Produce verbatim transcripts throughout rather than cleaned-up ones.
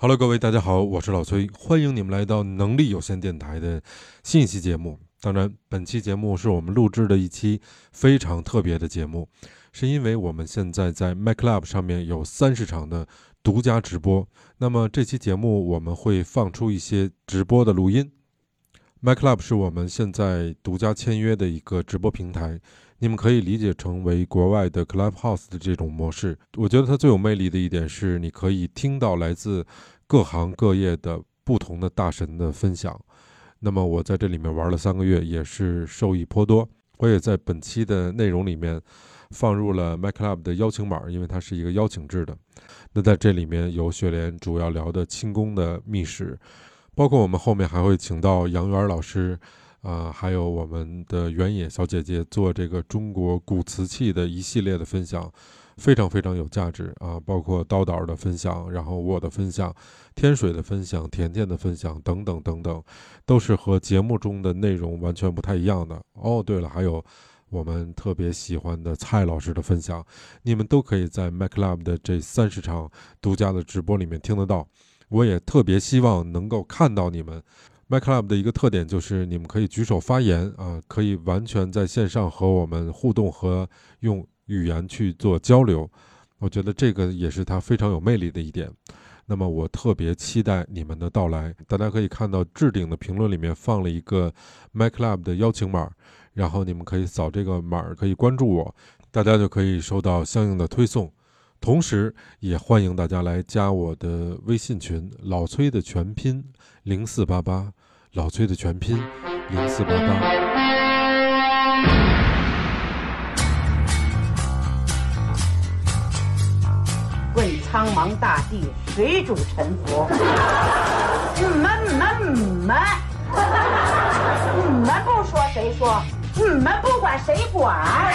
Hello，各位大家好，我是老崔，欢迎你们来到能力有限电台的新一期节目。当然，本期节目是我们录制的一期非常特别的节目，是因为我们现在在 MyClub 上面有三十场的独家直播。那么这期节目我们会放出一些直播的录音。MyClub 是我们现在独家签约的一个直播平台，你们可以理解成为国外的 Clubhouse 的这种模式。我觉得它最有魅力的一点是，你可以听到来自各行各业的不同的大神的分享。那么我在这里面玩了三个月，也是受益颇多。我也在本期的内容里面放入了 MyClub 的邀请码，因为它是一个邀请制的。那在这里面有雪莲主要聊的轻功的秘史，包括我们后面还会请到杨元老师啊、呃，还有我们的原野小姐姐做这个中国古瓷器的一系列的分享，非常非常有价值啊！包括刀导的分享，然后我的分享，天水的分享，甜甜的分享等等等等，都是和节目中的内容完全不太一样的。哦，对了，还有我们特别喜欢的蔡老师的分享，你们都可以在 MyClub 的这三十场独家的直播里面听得到。我也特别希望能够看到你们。MyClub 的一个特点就是你们可以举手发言啊，可以完全在线上和我们互动和用语言去做交流，我觉得这个也是它非常有魅力的一点。那么我特别期待你们的到来，大家可以看到置顶的评论里面放了一个 MyClub 的邀请码，然后你们可以扫这个码，可以关注我，大家就可以收到相应的推送。同时也欢迎大家来加我的微信群，老崔的全拼零四八八，老崔的全拼零四八八。 问苍茫大地，谁主沉浮？嗯们嗯们嗯们，嗯们不说谁说？嗯们不管谁管？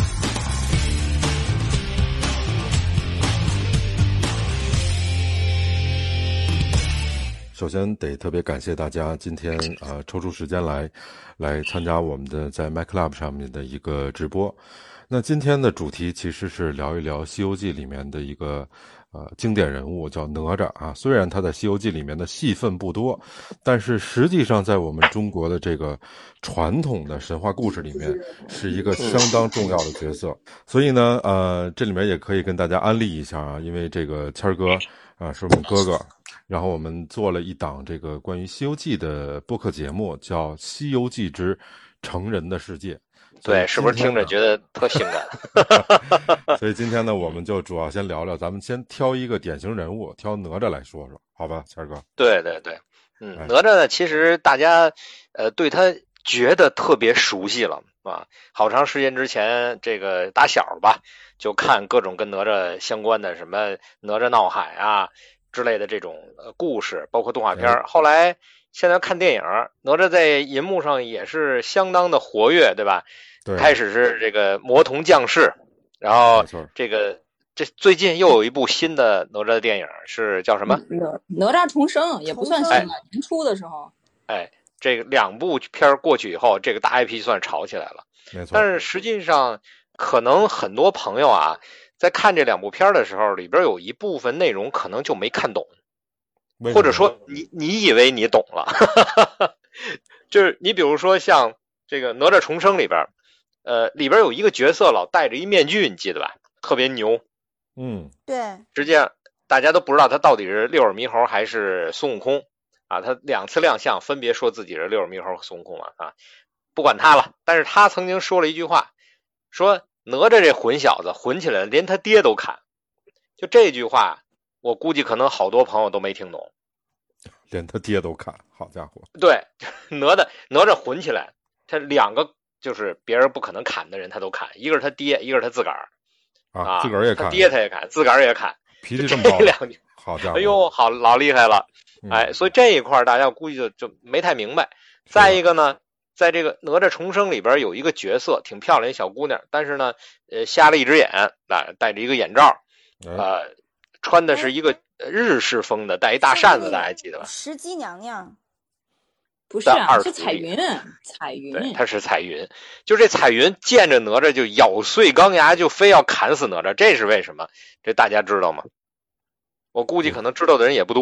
首先得特别感谢大家今天呃抽出时间来来参加我们的在 MyClub 上面的一个直播。那今天的主题其实是聊一聊《西游记》里面的一个呃经典人物，叫哪吒啊。虽然他在《西游记》里面的戏份不多，但是实际上在我们中国的这个传统的神话故事里面是一个相当重要的角色。所以呢，呃，这里面也可以跟大家安利一下啊，因为这个谦儿哥啊、呃、是我们哥哥。然后我们做了一档这个关于《西游记》的播客节目，叫《西游记之成人的世界》。 对，是不是听着觉得特性感？ 所以今天呢，我们就主要先聊聊，咱们先挑一个典型人物，挑哪吒来说说，好吧，谦儿哥？ 对对对，嗯，哪吒呢，其实大家呃对他觉得特别熟悉了啊，好长时间之前，这个打小吧，就看各种跟哪吒相关的什么哪吒闹海啊之类的这种呃故事，包括动画片。后来现在看电影，哪吒在银幕上也是相当的活跃，对吧？ 对， 开始是这个魔童降世，然后这个这最近又有一部新的哪吒的电影，是叫什么？ 哪哪吒重生，也不算新了，年初的时候。 哎，这个两部片过去以后，这个大 I P 算炒起来了。 没错。 但是实际上，可能很多朋友啊，在看这两部片的时候，里边有一部分内容可能就没看懂，或者说你你以为你懂了，就是你比如说像这个哪吒重生里边。呃，里边有一个角色老戴着一面具，你记得吧？特别牛。 嗯， 对。 实际上大家都不知道他到底是六耳猕猴还是孙悟空啊。他两次亮相，分别说自己是六耳猕猴和孙悟空啊啊，不管他了。但是他曾经说了一句话，说哪吒这混小子混起来连他爹都砍。就这句话，我估计可能好多朋友都没听懂。 连他爹都砍，好家伙！ 对，哪吒哪吒混起来，他两个。就是别人不可能砍的人，他都砍。一个是他爹，一个是他自个儿啊，自个儿也砍， 他爹他也砍，自个儿也砍， 脾气这么暴， 两好家伙！ 哎呦，好老厉害了， 嗯、 哎，所以这一块大家估计就就没太明白。再一个呢，在这个哪吒重生里边有一个角色挺漂亮，一小姑娘，但是呢，呃，瞎了一只眼，啊，戴着一个眼罩，呃，穿的是一个日式风的，带一大扇子，大家还记得吧？ 石矶娘娘。 不是啊，是彩云，彩云， 对，他是彩云。就这彩云见着哪吒就咬碎钢牙，就非要砍死哪吒，这是为什么？这大家知道吗？我估计可能知道的人也不多。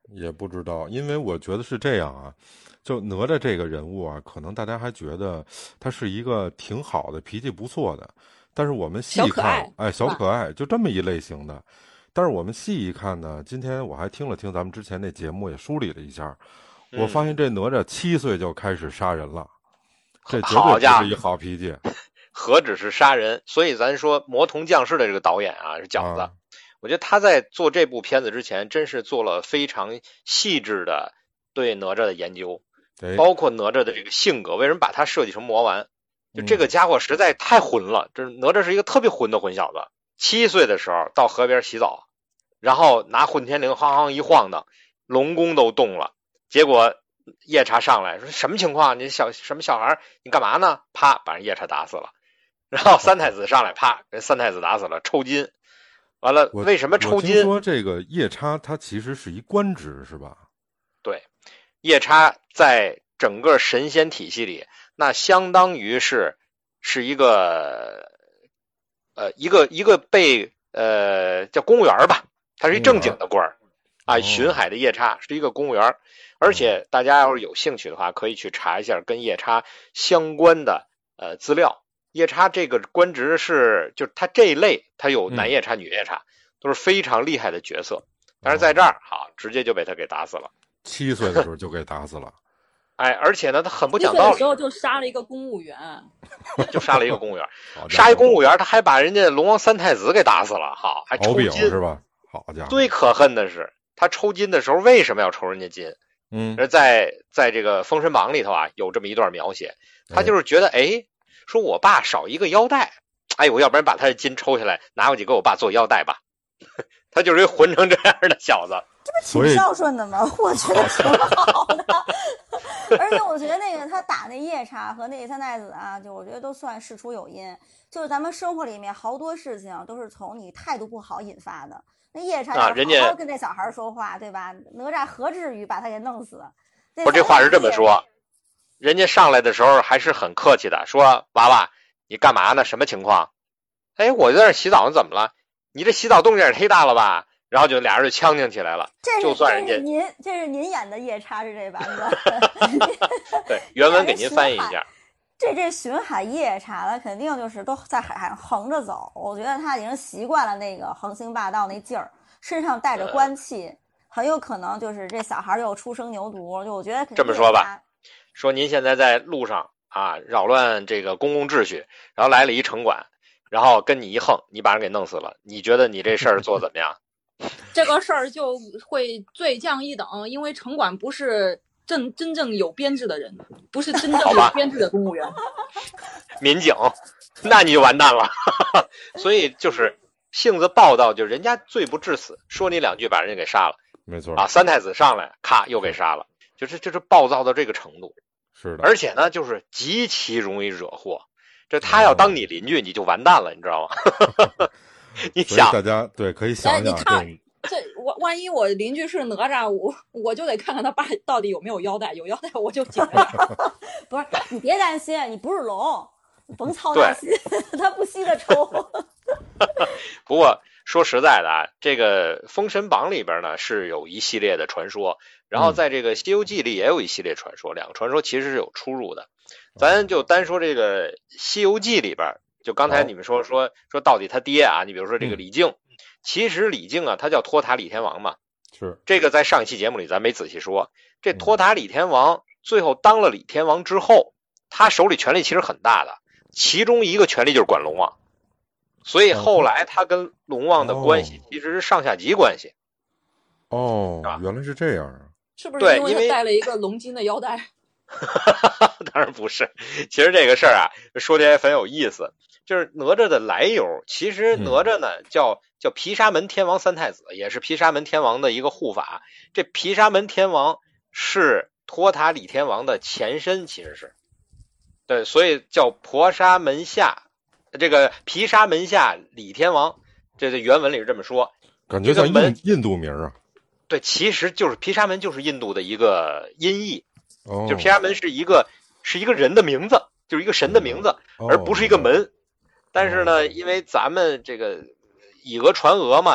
也不知道，因为我觉得是这样啊，就哪吒这个人物啊，可能大家还觉得他是一个挺好的、脾气不错的，但是我们细看，哎，小可爱，就这么一类型的。但是我们细一看呢，今天我还听了听咱们之前那节目，也梳理了一下，我发现这哪吒七岁就开始杀人了，这绝对不是一好脾气。 何止是杀人，所以咱说魔童降世的这个导演啊是饺子。啊，我觉得他在做这部片子之前，真是做了非常细致的对哪吒的研究，包括哪吒的这个性格，为什么把他设计成魔丸？就这个家伙实在太混了，这哪吒是一个特别混的混小子。七岁的时候到河边洗澡，然后拿混天绫哐哐一晃荡，龙宫都动了。结果夜叉上来说什么情况？你小什么小孩？你干嘛呢？啪，把人夜叉打死了。然后三太子上来，啪，人三太子打死了，抽筋。完了，为什么抽筋？ 我听说这个夜叉他其实是一官职，是吧？ 对，夜叉在整个神仙体系里，那相当于是是一个呃一个一个被呃叫公务员吧，他是一正经的官儿啊。巡海的夜叉是一个公务员，而且大家要是有兴趣的话，可以去查一下跟夜叉相关的呃资料。夜叉这个官职是，就是他这一类，他有男夜叉、女夜叉，都是非常厉害的角色。但是在这儿，好，直接就被他给打死了。 七岁的时候就给打死了。 哎，而且呢，他很不讲道理。 七岁的时候就杀了一个公务员， 就杀了一个公务员，杀一公务员，他还把人家龙王三太子给打死了，好，还抽筋是吧？好家伙！ 最可恨的是，他抽筋的时候为什么要抽人家筋？ 嗯， 而在在这个《封神榜》里头啊，有这么一段描写，他就是觉得，哎。说我爸少一个腰带，哎，我要不然把他的筋抽下来，拿回去给我爸做腰带吧。他就是一混成这样的小子， 这不挺孝顺的吗？我觉得挺好的。而且我觉得那个他打那夜叉和那三太子啊，就我觉得都算事出有因。就是咱们生活里面好多事情都是从你态度不好引发的。那夜叉啊，人家跟那小孩说话，对吧？哪吒何至于把他给弄死？ 不，这话是这么说。人家上来的时候还是很客气的，说娃娃你干嘛呢？什么情况？哎，我在那洗澡呢，怎么了？你这洗澡动静也忒大了吧？然后就俩人就呛呛起来了。 这就算人家您这是您演的夜叉是这版本？ 对，原文给您翻译一下。 这这巡海夜叉他肯定就是都在海上横着走，我觉得他已经习惯了那个横行霸道那劲儿，身上带着官气，嗯、很有可能就是这小孩又初生牛犊。就我觉得这么说吧。说您现在在路上啊，扰乱这个公共秩序，然后来了一城管，然后跟你一横，你把人给弄死了，你觉得你这事儿做怎么样？ 这个事儿就会罪降一等，因为城管不是真真正有编制的人，不是真正有编制的公务员， 民警，那你就完蛋了。所以就是性子暴躁，就人家罪不至死，说你两句把人家给杀了， 没错啊，三太子上来，咔又给杀了。就是就是暴躁到这个程度， 是的， 而且呢，就是极其容易惹祸。这他要当你邻居，你就完蛋了，你知道吗？你想， 大家对可以想想， 你看这万万一我邻居是哪吒，我我就得看看他爸到底有没有腰带，有腰带我就紧着点。 不是，你别担心，你不是龙，甭操那心，他不吸的抽。 不过说实在的啊，这个《封神榜》里边呢是有一系列的传说。然后在这个《西游记》里也有一系列传说，两个传说其实是有出入的。咱就单说这个《西游记》里边，就刚才你们说说说到底他爹啊，你比如说这个李靖，其实李靖啊，他叫托塔李天王嘛， 是这个在上一期节目里咱没仔细说。这托塔李天王最后当了李天王之后，他手里权力其实很大的，其中一个权力就是管龙王，所以后来他跟龙王的关系其实是上下级关系。 哦，原来是这样啊。 是不是因为他带了一个龙筋的腰带？ 当然不是，其实这个事儿啊，说的也很有意思。就是哪吒的来由，其实哪吒呢、嗯、叫叫毗沙门天王三太子，也是毗沙门天王的一个护法。这毗沙门天王是托塔李天王的前身，其实是对，所以叫婆沙门下，这个毗沙门下李天王，这个原文里是这么说， 感觉像印印度名啊。 对，其实就是毗沙门就是印度的一个音译， 哦、 就毗沙门是一个是一个人的名字，就是一个神的名字， 哦、 而不是一个门。但是呢，因为咱们这个以讹传讹嘛，这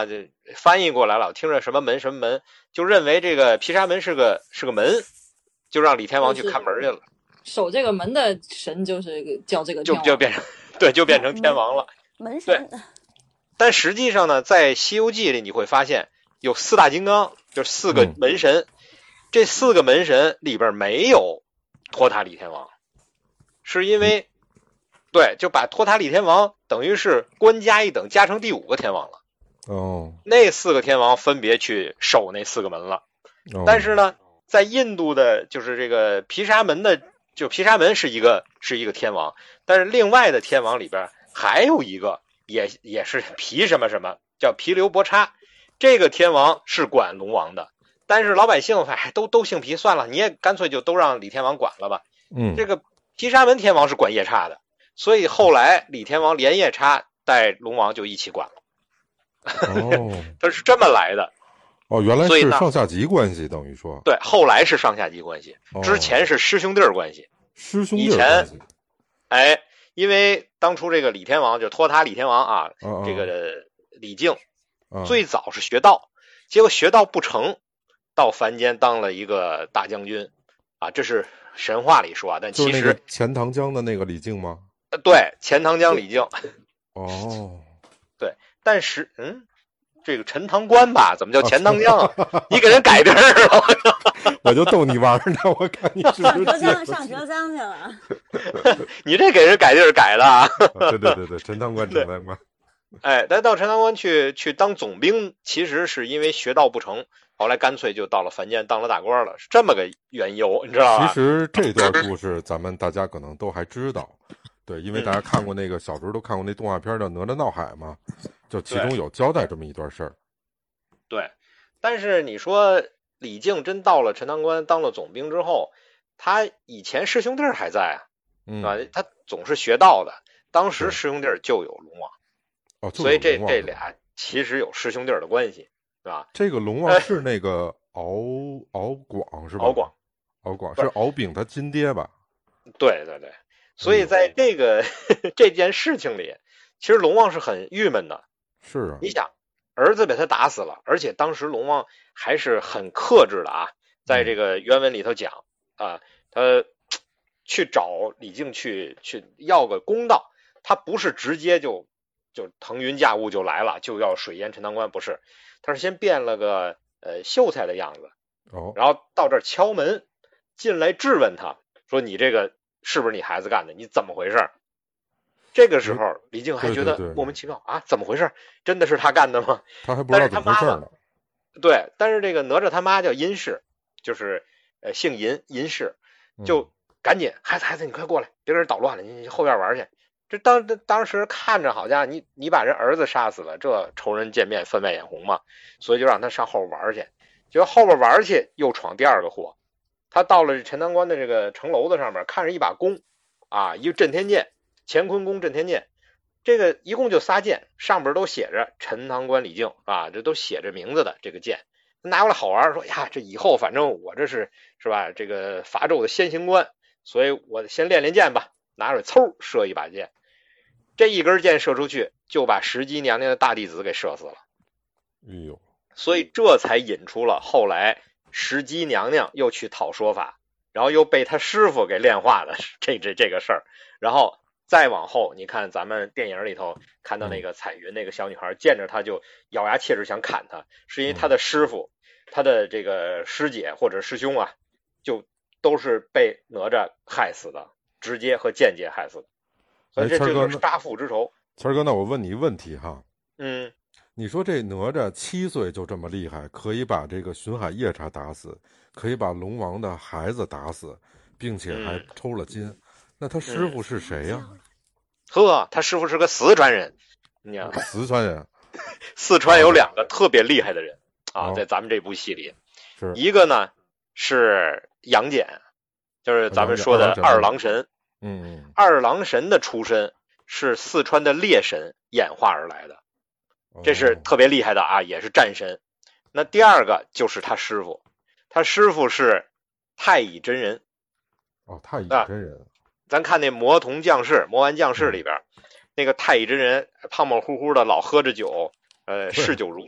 翻译过来了，听着什么门什么门，就认为这个毗沙门是个是个门，就让李天王去看门去了。 守这个门的神就是叫这个天王， 就就变成对，就变成天王了。 门神。 对，但实际上呢，在《西游记》里你会发现有四大金刚，就是四个门神，嗯、这四个门神里边没有托塔李天王，是因为、嗯、对，就把托塔李天王等于是官加一等，加成第五个天王了。 哦， 那四个天王分别去守那四个门了。 哦、 但是呢，在印度的就是这个毗沙门的，就毗沙门是一个是一个天王，但是另外的天王里边还有一个也也是毗什么什么，叫毗留波叉。这个天王是管龙王的，但是老百姓哎都都姓毗，算了，你也干脆就都让李天王管了吧。 嗯， 这个毗沙门天王是管夜叉的，所以后来李天王连夜叉带龙王就一起管了。 哦， 它是这么来的。 哦，原来是上下级关系，等于说对，后来是上下级关系，哦、之前是师兄弟关系。 师兄弟关系。 以前，哎，因为当初这个李天王就托塔李天王啊， 哦、 这个李靖、 哦、 最早是学道，结果学道不成，到凡间当了一个大将军啊，这是神话里说啊，但其实钱塘江的那个李靖吗？ 对，钱塘江李靖。 哦， 对，但是嗯。这个陈塘关吧，怎么叫钱塘江啊？你给人改名了， 我就逗你玩呢。我看你是不是上浙江上浙江去了？ 你这给人改地儿改的啊？ 对对对对，陈塘关，陈塘关。 哎，但到陈塘关去去当总兵，其实是因为学道不成，后来干脆就到了凡间当了大官了，是这么个缘由，你知道吧？ 其实这段故事咱们大家可能都还知道，对，因为大家看过那个小时候都看过那动画片叫《哪吒闹海》嘛。就其中有交代这么一段事儿， 对。但是你说李靖真到了陈塘关当了总兵之后，他以前师兄弟还在啊， 嗯啊，他总是学道的。当时师兄弟就有龙王， 哦， 所以这这俩其实有师兄弟的关系，对吧？ 这个龙王是那个敖敖广是吧？ 敖广， 敖广是敖丙他亲爹吧？ 对对对。所以在这个、嗯、这件事情里，其实龙王是很郁闷的。 是啊， 你想，儿子被他打死了，而且当时龙王还是很克制的啊，在这个原文里头讲啊，他去找李靖去去要个公道，他不是直接就就腾云驾雾就来了，就要水淹陈塘关，不是，他是先变了个呃秀才的样子， 哦， 然后到这儿敲门进来质问他，说你这个是不是你孩子干的？你怎么回事？这个时候，李靖还觉得莫名其妙啊，怎么回事？真的是他干的吗？ 他还不知道怎么回事呢。 对，但是这个哪吒他妈叫殷氏，就是呃姓殷，殷氏，就赶紧、嗯、孩子孩子你快过来，别给人捣乱了，你后院玩去。这当当时看着好像你你把人儿子杀死了，这仇人见面分外眼红嘛，所以就让他上后边玩去。结果后边玩去又闯第二个祸，他到了陈塘关的这个城楼子上面，看着一把弓啊，一个震天剑。乾坤弓震天剑，这个一共就仨剑，上边都写着陈塘关李靖啊，这都写着名字的这个剑，拿过来好玩，说呀，这以后反正我这是是吧，这个伐纣的先行官，所以我先练练剑吧，拿着嗖射一把剑，这一根箭射出去，就把石矶娘娘的大弟子给射死了。 哎呦， 所以这才引出了后来石矶娘娘又去讨说法，然后又被他师傅给炼化的这这这个事儿，然后。再往后，你看咱们电影里头看到那个彩云那个小女孩，见着他就咬牙切齿想砍他，是因为他的师傅、他的这个师姐或者师兄啊，就都是被哪吒害死的，直接和间接害死的，所以这就是杀父之仇。 谦儿哥，那我问你一个问题哈， 嗯， 你说这哪吒七岁就这么厉害，可以把这个巡海夜叉打死，可以把龙王的孩子打死，并且还抽了筋。嗯，那他师傅是谁呀、啊？ 呵，他师傅是个四川人，你看， 四川人， 四川有两个特别厉害的人啊， 哦、 在咱们这部戏里， 是一个呢是杨戬，就是咱们说的二郎神， 嗯嗯， 二郎神的出身是四川的猎神演化而来的，这是特别厉害的啊，也是战神。那第二个就是他师傅，他师傅是太乙真人。 哦，太乙真人。啊， 咱看那魔童降世，魔丸降世里边、嗯、那个太乙真人胖胖乎乎的，老喝着酒，呃，嗜酒如命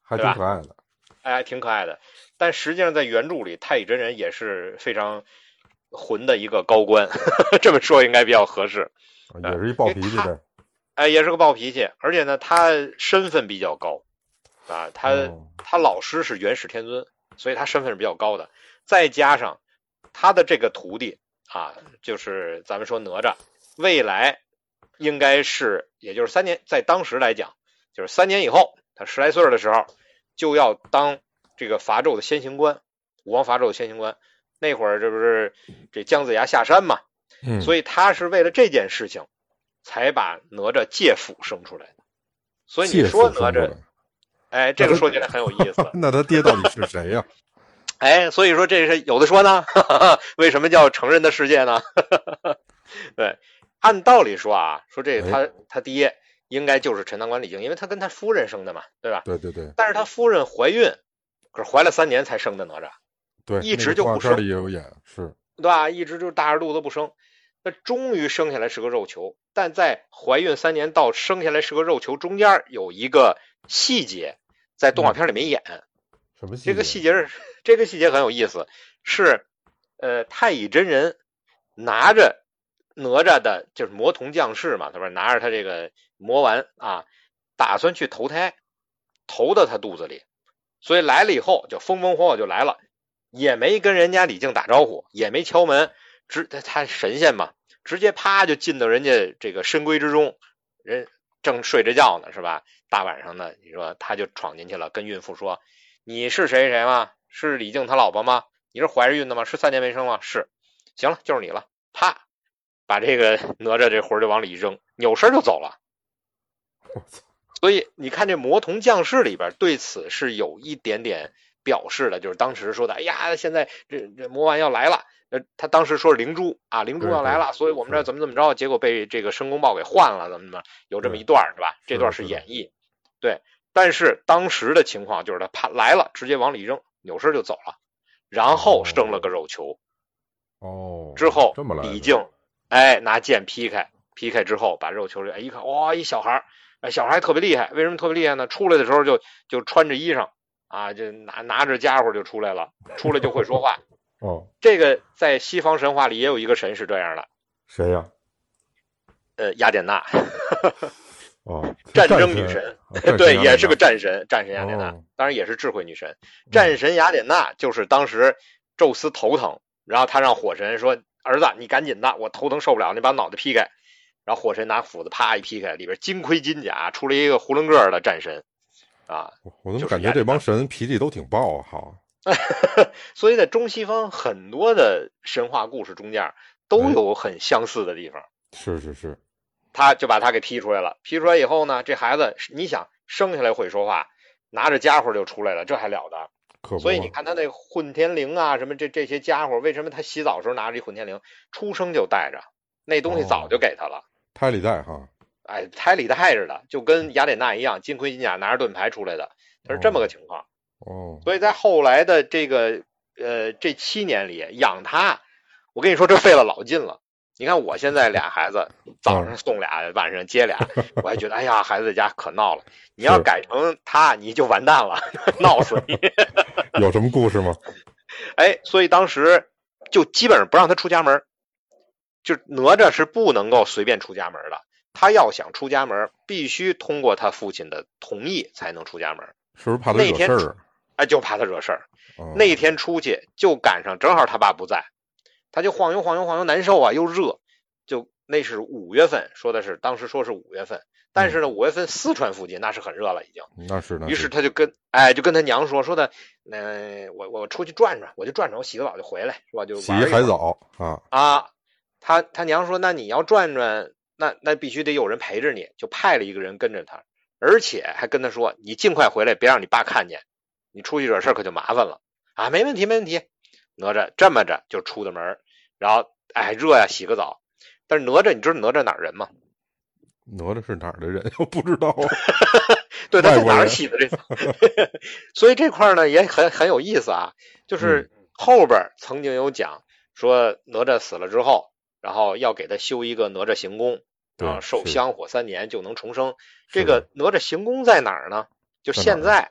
还挺可爱的。 哎，挺可爱的。但实际上在原著里，太乙真人也是非常混的一个高官，这么说应该比较合适。 也是一暴脾气的。 哎，也是个暴脾气，而且呢，他身份比较高啊，他、哦、他老师是元始天尊，所以他身份是比较高的。再加上他的这个徒弟啊，就是咱们说哪吒，未来应该是，也就是三年，在当时来讲，就是三年以后，他十来岁的时候，就要当这个伐纣的先行官，武王伐纣的先行官。那会儿这不是这姜子牙下山嘛，嗯，所以他是为了这件事情才把哪吒借腹生出来的。所以你说哪吒，哎，这个说起来很有意思。 那他爹到底是谁呀、 啊？哎，所以说这是有的说呢。为什么叫成人的世界呢？对，按道理说啊，说这个他、哎、他爹应该就是陈塘关李靖，因为他跟他夫人生的嘛，对吧？ 对对对。 但是他夫人怀孕，可是怀了三年才生的哪吒。 对， 一直就不生， 里也有演，是， 对吧？一直就大着肚子不生，那终于生下来是个肉球，但在怀孕三年到生下来是个肉球中间有一个细节，在动画片里没演。 嗯、什么细节？这个细节是这个细节很有意思，是呃太乙真人拿着哪吒的，就是魔童降世嘛，他不是拿着他这个魔丸啊，打算去投胎，投到他肚子里，所以来了以后就风风火火就来了。也没跟人家李靖打招呼，也没敲门，直他神仙嘛，直接啪就进到人家这个深闺之中，人正睡着觉呢，是吧？大晚上的，你说他就闯进去了，跟孕妇说：“你是谁谁吗？是李靖他老婆吗？你是怀着孕的吗？是三年没生吗？是，行了，就是你了。”啪，把这个哪吒这魂就往里一扔，扭身就走了。所以你看这魔童降世里边对此是有一点点表示的，就是当时说的，哎呀，现在这这魔丸要来了，呃，他当时说是灵珠啊，灵珠要来了，所以我们这怎么怎么着，结果被这个申公豹给换了，怎么怎么，有这么一段是吧？这段是演绎，对。但是当时的情况就是他怕来了，直接往里扔，扭身就走了，然后生了个肉球。 哦。 之后李靖，哎，拿剑劈开，劈开之后把肉球哎一看，哇，一小孩，哎，小孩特别厉害，为什么特别厉害呢？出来的时候就就穿着衣裳。啊，就拿拿着家伙就出来了，出来就会说话。 哦， 这个在西方神话里也有一个神是这样的。 谁呀、啊？ 呃，雅典娜。 哦， 战争女神，哦、对，也是个战神，战神雅典娜，哦、当然也是智慧女神。战神雅典娜就是当时宙斯头疼，然后他让火神说：“儿子，你赶紧的，我头疼受不了，你把脑袋劈开。”然后火神拿斧子啪一劈开，里边金盔金甲，出来一个囫囵个的战神。啊， 我怎么感觉这帮神脾气都挺暴啊？好， 所以在中西方很多的神话故事中间都有很相似的地方。 是是是， 他就把他给劈出来了。劈出来以后呢，这孩子你想生下来会说话，拿着家伙就出来了，这还了得？ 可所以你看他那混天绫啊，什么这这些家伙，为什么他洗澡的时候拿着一混天绫，出生就带着？那东西早就给他了， 哦、胎里带哈。 哎，胎里带着的，就跟雅典娜一样，金盔金甲拿着盾牌出来的，它是这么个情况。 哦， 所以在后来的这个呃这七年里养他，我跟你说这费了老劲了。你看我现在俩孩子，早上送俩，晚上接俩，我还觉得哎呀孩子在家可闹了。你要改成他，你就完蛋了，闹死你。 有什么故事吗？ 哎，所以当时就基本上不让他出家门，就哪吒是不能够随便出家门的。他要想出家门，必须通过他父亲的同意才能出家门。 是不是怕他惹事儿？ 哎，就怕他惹事儿。哦、那天出去就赶上正好他爸不在，他就晃悠晃悠晃悠难受啊，又热。就那是五月份，说的是当时说是五月份，但是呢，五、嗯、月份四川附近那是很热了已经。 那是那是。 于是他就跟哎就跟他娘说说的，呃，我我出去转转，我就转转，我洗个澡就回来，是吧？就洗一海澡啊啊。他他娘说，那你要转转。那那必须得有人陪着你，就派了一个人跟着他，而且还跟他说：“你尽快回来，别让你爸看见，你出去惹事可就麻烦了啊！”没问题，没问题。哪吒这么着就出的门，然后哎热呀，洗个澡。但是哪吒，你知道哪吒哪儿人吗？ 哪吒是哪儿的人？我不知道。 对，他在哪儿洗的这澡？所以这块呢也很很有意思啊，就是后边曾经有讲说哪吒死了之后。然后要给他修一个哪吒行宫，啊，受香火三年就能重生。这个哪吒行宫在哪儿呢？就现在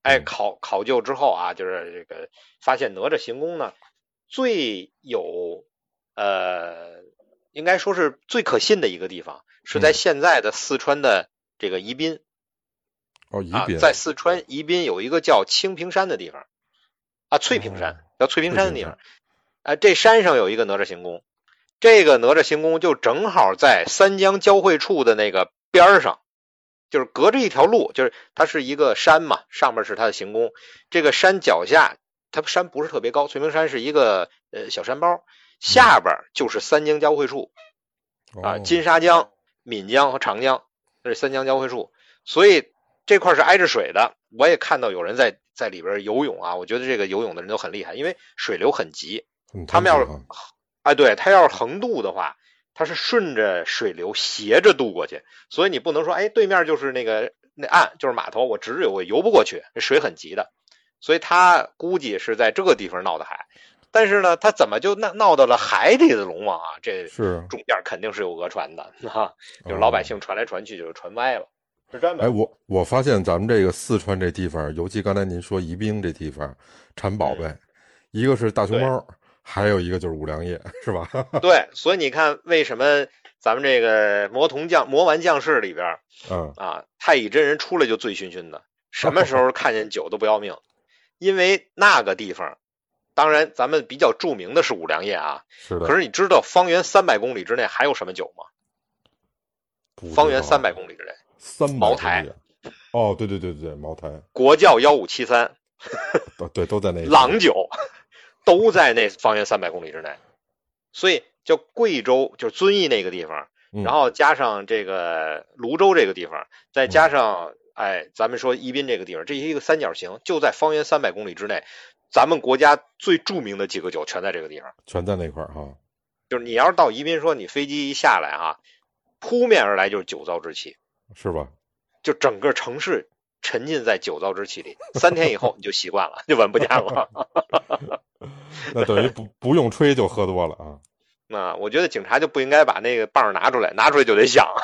哎，考考究之后啊，就是这个发现哪吒行宫呢，最有呃，应该说是最可信的一个地方，是在现在的四川的这个宜宾。 哦，宜宾、 啊，在四川宜宾有一个叫清平山的地方，啊，翠屏山、哦、叫翠屏山的地方，啊，这山上有一个哪吒行宫，这个哪吒行宫就正好在三江交汇处的那个边上，就是隔着一条路，就是它是一个山嘛，上面是它的行宫，这个山脚下，它山不是特别高，翠屏山是一个呃小山包，下边就是三江交汇处，嗯、啊，金沙江、岷江和长江，这是三江交汇处，所以。这块是挨着水的，我也看到有人在在里边游泳啊，我觉得这个游泳的人都很厉害，因为水流很急，他们要是，哎，对，他要是横渡的话，他是顺着水流斜着渡过去，所以你不能说，哎，对面就是那个那岸，就是码头，我直着我游不过去，水很急的，所以他估计是在这个地方闹的海，但是呢，他怎么就闹闹到了海里的龙王啊？这是中间肯定是有讹传的啊，就是老百姓传来传去就是传歪了。 哎，我我发现咱们这个四川这地方，尤其刚才您说宜宾这地方产宝贝，嗯、一个是大熊猫，还有一个就是五粮液，是吧？ 对，所以你看，为什么咱们这个魔童将魔丸将士里边，嗯啊，太乙真人出来就醉醺醺的，什么时候看见酒都不要命，因为那个地方，当然咱们比较著名的是五粮液啊， 是的。 可是你知道方圆三百公里之内还有什么酒吗？方圆三百公里之内。 三茅台， 哦，对对对对，茅台， 国窖幺五七三， 对，都在那。 郎酒都在那方圆三百公里之内，所以叫贵州，就是遵义那个地方， 嗯、 然后加上这个泸州这个地方，再加上、嗯、哎，咱们说宜宾这个地方，这是一个三角形，就在方圆三百公里之内，咱们国家最著名的几个酒全在这个地方， 全在那块哈。 就是你要是到宜宾，说你飞机一下来哈，扑面而来就是酒糟之气。 是吧？ 就整个城市沉浸在酒糟之气里，三天以后你就习惯了，就闻不见了。 那等于不不用吹就喝多了啊。 那我觉得警察就不应该把那个棒拿出来，拿出来就得响。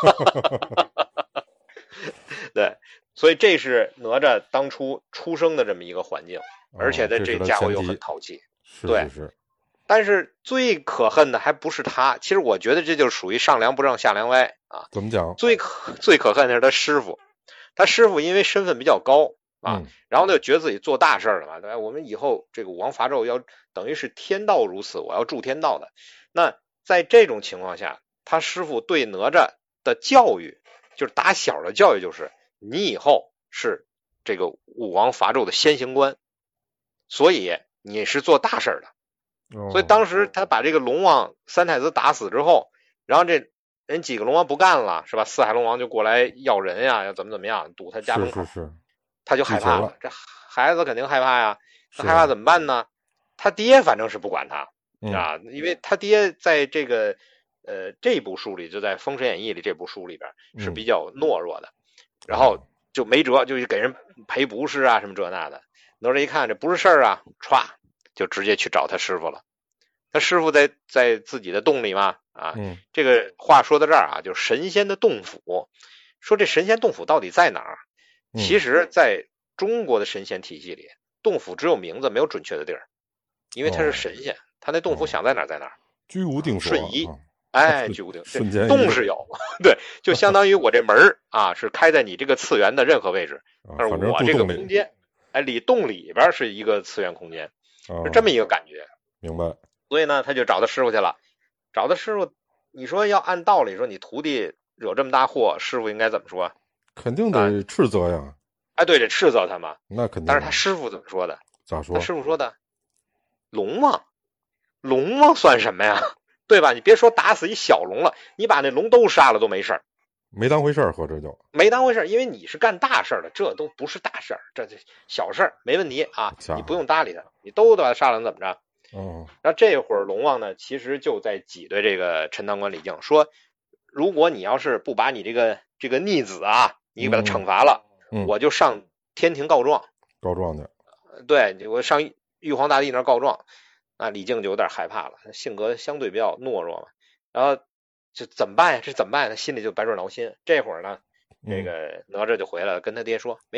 对，所以这是哪吒当初出生的这么一个环境，而且呢，这家伙又很淘气。 是对， 是是。 但是最可恨的还不是他，其实我觉得这就属于上梁不正下梁歪啊。 怎么讲？ 最可最可恨的是他师傅，他师傅因为身份比较高啊， 嗯、 然后呢就觉得自己做大事了嘛，对吧？我们以后这个武王伐纣要等于是天道如此，我要助天道的。那在这种情况下，他师傅对哪吒的教育，就是打小的教育，就是你以后是这个武王伐纣的先行官，所以你是做大事的。所以当时他把这个龙王三太子打死之后，然后这人几个龙王不干了，是吧？四海龙王就过来要人呀，要怎么怎么样，堵他家门口， 是是是， 他就害怕了。这孩子肯定害怕呀，那害怕怎么办呢？他爹反正是不管他啊，因为他爹在这个呃这部书里，就在《封神演义》里这部书里边是比较懦弱的，然后就没辙，就给人赔不是啊什么这那的。哪吒一看这不是事儿啊，歘。就直接去找他师傅了，他师傅在在自己的洞里嘛，啊， 嗯， 这个话说到这儿啊，就是神仙的洞府。说这神仙洞府到底在哪儿？ 嗯、 其实，在中国的神仙体系里，洞府只有名字，没有准确的地儿，因为他是神仙，哦、他那洞府想在哪儿在哪儿， 居无定所， 瞬移， 啊、 哎，居无定， 瞬间洞是有，对，就相当于我这门儿啊是开在你这个次元的任何位置， 啊、 但是我这个空间，哎，里洞里边是一个次元空间。是这么一个感觉， 明白。 所以呢，他就找他师傅去了。找他师傅，你说要按道理说，你徒弟惹这么大祸，师傅应该怎么说？ 肯定得斥责呀。 哎，对，得斥责他嘛。 那肯定。 但是他师傅怎么说的？ 咋说？ 他师傅说的，龙王，龙王算什么呀？对吧？你别说打死一小龙了，你把那龙都杀了都没事儿。 没当回事儿，合着就没当回事儿，因为你是干大事儿的，这都不是大事儿，这这小事儿没问题啊，你不用搭理他，你都把他杀了怎么着？ 哦， 然后这会儿龙王呢，其实就在挤兑这个陈塘关李靖，说如果你要是不把你这个这个逆子啊，你把他惩罚了， 嗯嗯、 我就上天庭告状， 告状去。 对，我上玉皇大帝那儿告状。那李靖就有点害怕了，性格相对比较懦弱嘛，然后。就怎么办呀？这怎么办？他心里就百爪挠心。这会儿呢，这个哪吒就回来了，跟他爹说：“没事儿，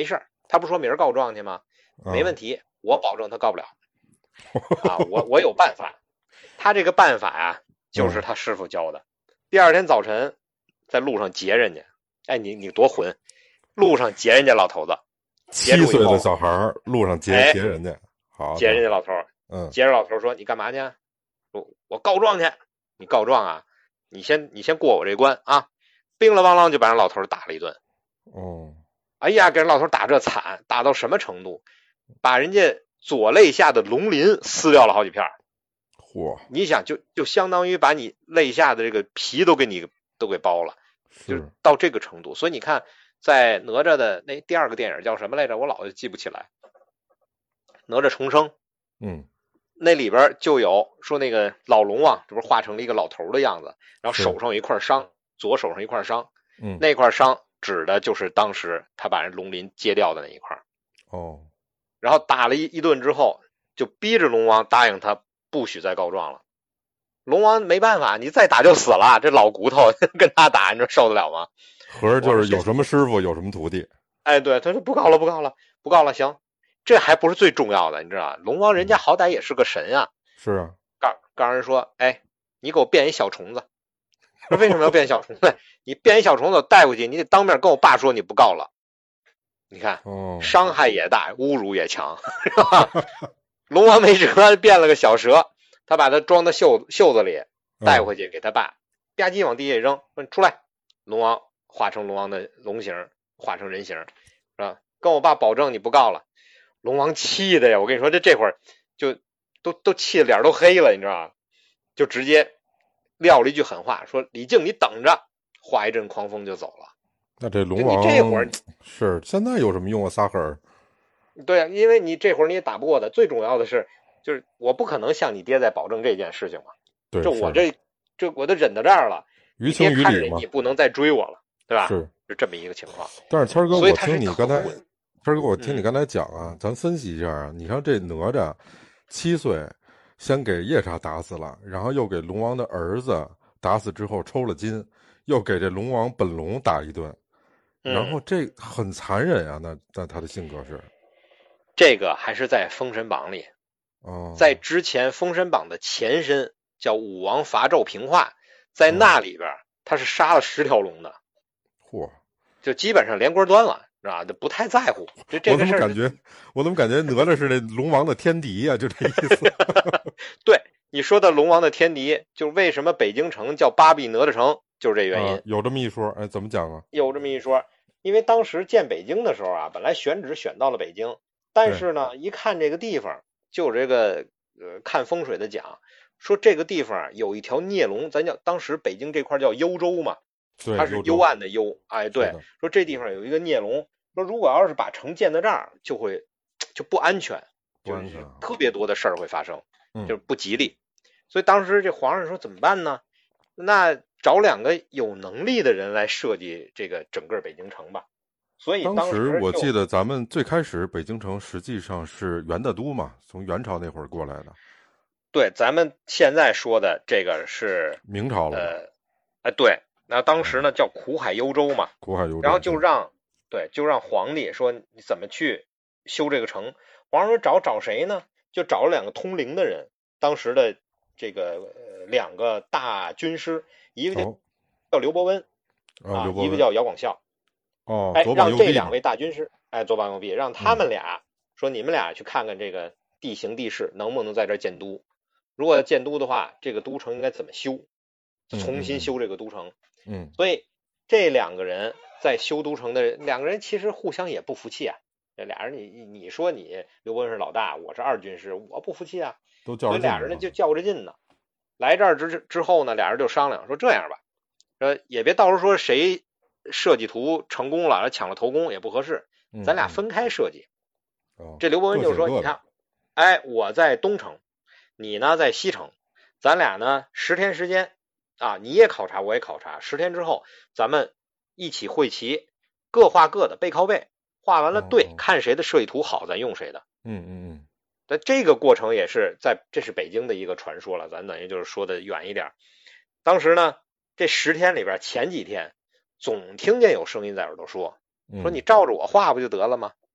他不说明儿告状去吗？没问题，我保证他告不了。啊，我我有办法。他这个办法呀、啊，就是他师傅教的。嗯、第二天早晨，在路上劫人家，哎，你你多混，路上劫人家老头子， 七岁的小孩路上劫、哎、劫人家，好劫人家老头，嗯，劫着老头说你干嘛去？我我告状去，你告状啊？你先你先过我这关啊！叮了咣啷就把人老头打了一顿。 哦， 哎呀，给人老头打这惨，打到什么程度？把人家左肋下的龙鳞撕掉了好几片。 嚯！ 你想就就相当于把你肋下的这个皮都给你都给剥了，就到这个程度。所以你看，在哪吒的那第二个电影叫什么来着？我老是记不起来。哪吒重生， 嗯， 那里边就有说那个老龙啊，这不是化成了一个老头的样子，然后手上有一块伤，左手上一块伤， 嗯， 那块伤指的就是当时他把人龙鳞揭掉的那一块。 哦， 然后打了一一顿之后，就逼着龙王答应他不许再告状了。龙王没办法，你再打就死了，这老骨头跟他打，你说受得了吗？ 合着就是有什么师傅有什么徒弟。 哎，对，他说不告了，不告了，不告了，行。这还不是最重要的，你知道吧？龙王人家好歹也是个神啊。 是啊。 刚刚人说，哎，你给我变一小虫子。说为什么要变小虫子？你变一小虫子带回去，你得当面跟我爸说你不告了。你看， 哦， 伤害也大，侮辱也强，是吧？龙王没辙，变了个小蛇，他把它装到袖袖子里，带回去给他爸，吧唧往地下一扔，说出来。龙王化成龙王的龙形，化成人形，是吧？跟我爸保证你不告了。龙王气的呀，我跟你说，这这会儿就都都气得脸都黑了，你知道吧？就直接撂了一句狠话，说李靖你等着，化一阵狂风就走了。 那这龙王你这会儿是现在有什么用啊？撒狠儿。 对啊，因为你这会儿你也打不过他，最重要的是，就是我不可能向你爹再保证这件事情嘛。 对， 这我这这我都忍到这儿了， 于情于理嘛， 你不能再追我了，对吧？ 是， 是这么一个情况。 但是谦儿哥，我听你刚才，谦儿哥，我听你嗯刚才讲啊，咱分析一下啊。你看这哪吒七岁，先给夜叉打死了，然后又给龙王的儿子打死之后抽了筋，又给这龙王本龙打一顿。然后这很残忍啊，那那他的性格是， 这个还是在《封神榜》里， 哦， 在之前《封神榜》的前身叫武王伐纣平话，在那里边、哦、他是杀了十条龙的， 嚯， 就基本上连锅端了，是吧？不太在乎。这这个事我怎么感觉，我怎么感觉哪吒是那龙王的天敌呀、啊？就这意思。 对，你说的龙王的天敌，就为什么北京城叫八臂哪吒城，就是这原因、 啊。有这么一说，哎，怎么讲啊？ 有这么一说。因为当时建北京的时候啊，本来选址选到了北京，但是呢，一看这个地方，就这个呃看风水的讲，说这个地方有一条孽龙，咱叫当时北京这块叫幽州嘛，它是幽暗的幽，哎，对，说这地方有一个孽龙，说如果要是把城建在这儿，就会就不安全，就是特别多的事儿会发生，就是不吉利。所以当时这皇上说怎么办呢？那找两个有能力的人来设计这个整个北京城吧。所以当时我记得咱们最开始北京城实际上是元大都嘛，从元朝那会儿过来的。 对，咱们现在说的这个是明朝了。 呃，哎，对，那当时呢叫苦海幽州嘛， 苦海幽州， 然后就让对，就让皇帝说你怎么去修这个城。皇上说找找谁呢？就找了两个通灵的人，当时的这个、呃、两个大军师，一个叫、哦、叫刘伯温、 哦、 啊， 刘伯温一个叫姚广孝。 哦， 哎，让这两位大军师，哎，左膀右臂，让他们俩、嗯、说你们俩去看看这个地形地势能不能在这儿建都。如果要建都的话，这个都城应该怎么修？重新修这个都城。 嗯， 所以这两个人在修都城的人，两个人其实互相也不服气啊。这俩人你你说你刘伯温是老大，我是二军师，我不服气啊， 都较着劲， 所以俩人呢就较着劲呢。来这儿之之后呢，俩人就商量说这样吧，呃，也别到时候说谁设计图成功了，抢了头功也不合适，咱俩分开设计。 嗯、 这刘伯温就说：“你看，哎，我在东城，你呢在西城，咱俩呢十天时间啊，你也考察，我也考察，十天之后咱们一起会齐，各画各的，背靠背。”画完了，对，看谁的设计图好，咱用谁的。 嗯嗯嗯。 但这个过程也是在，这是北京的一个传说了，咱等于就是说的远一点。当时呢，这十天里边前几天，总听见有声音在耳朵说，说你照着我画不就得了吗？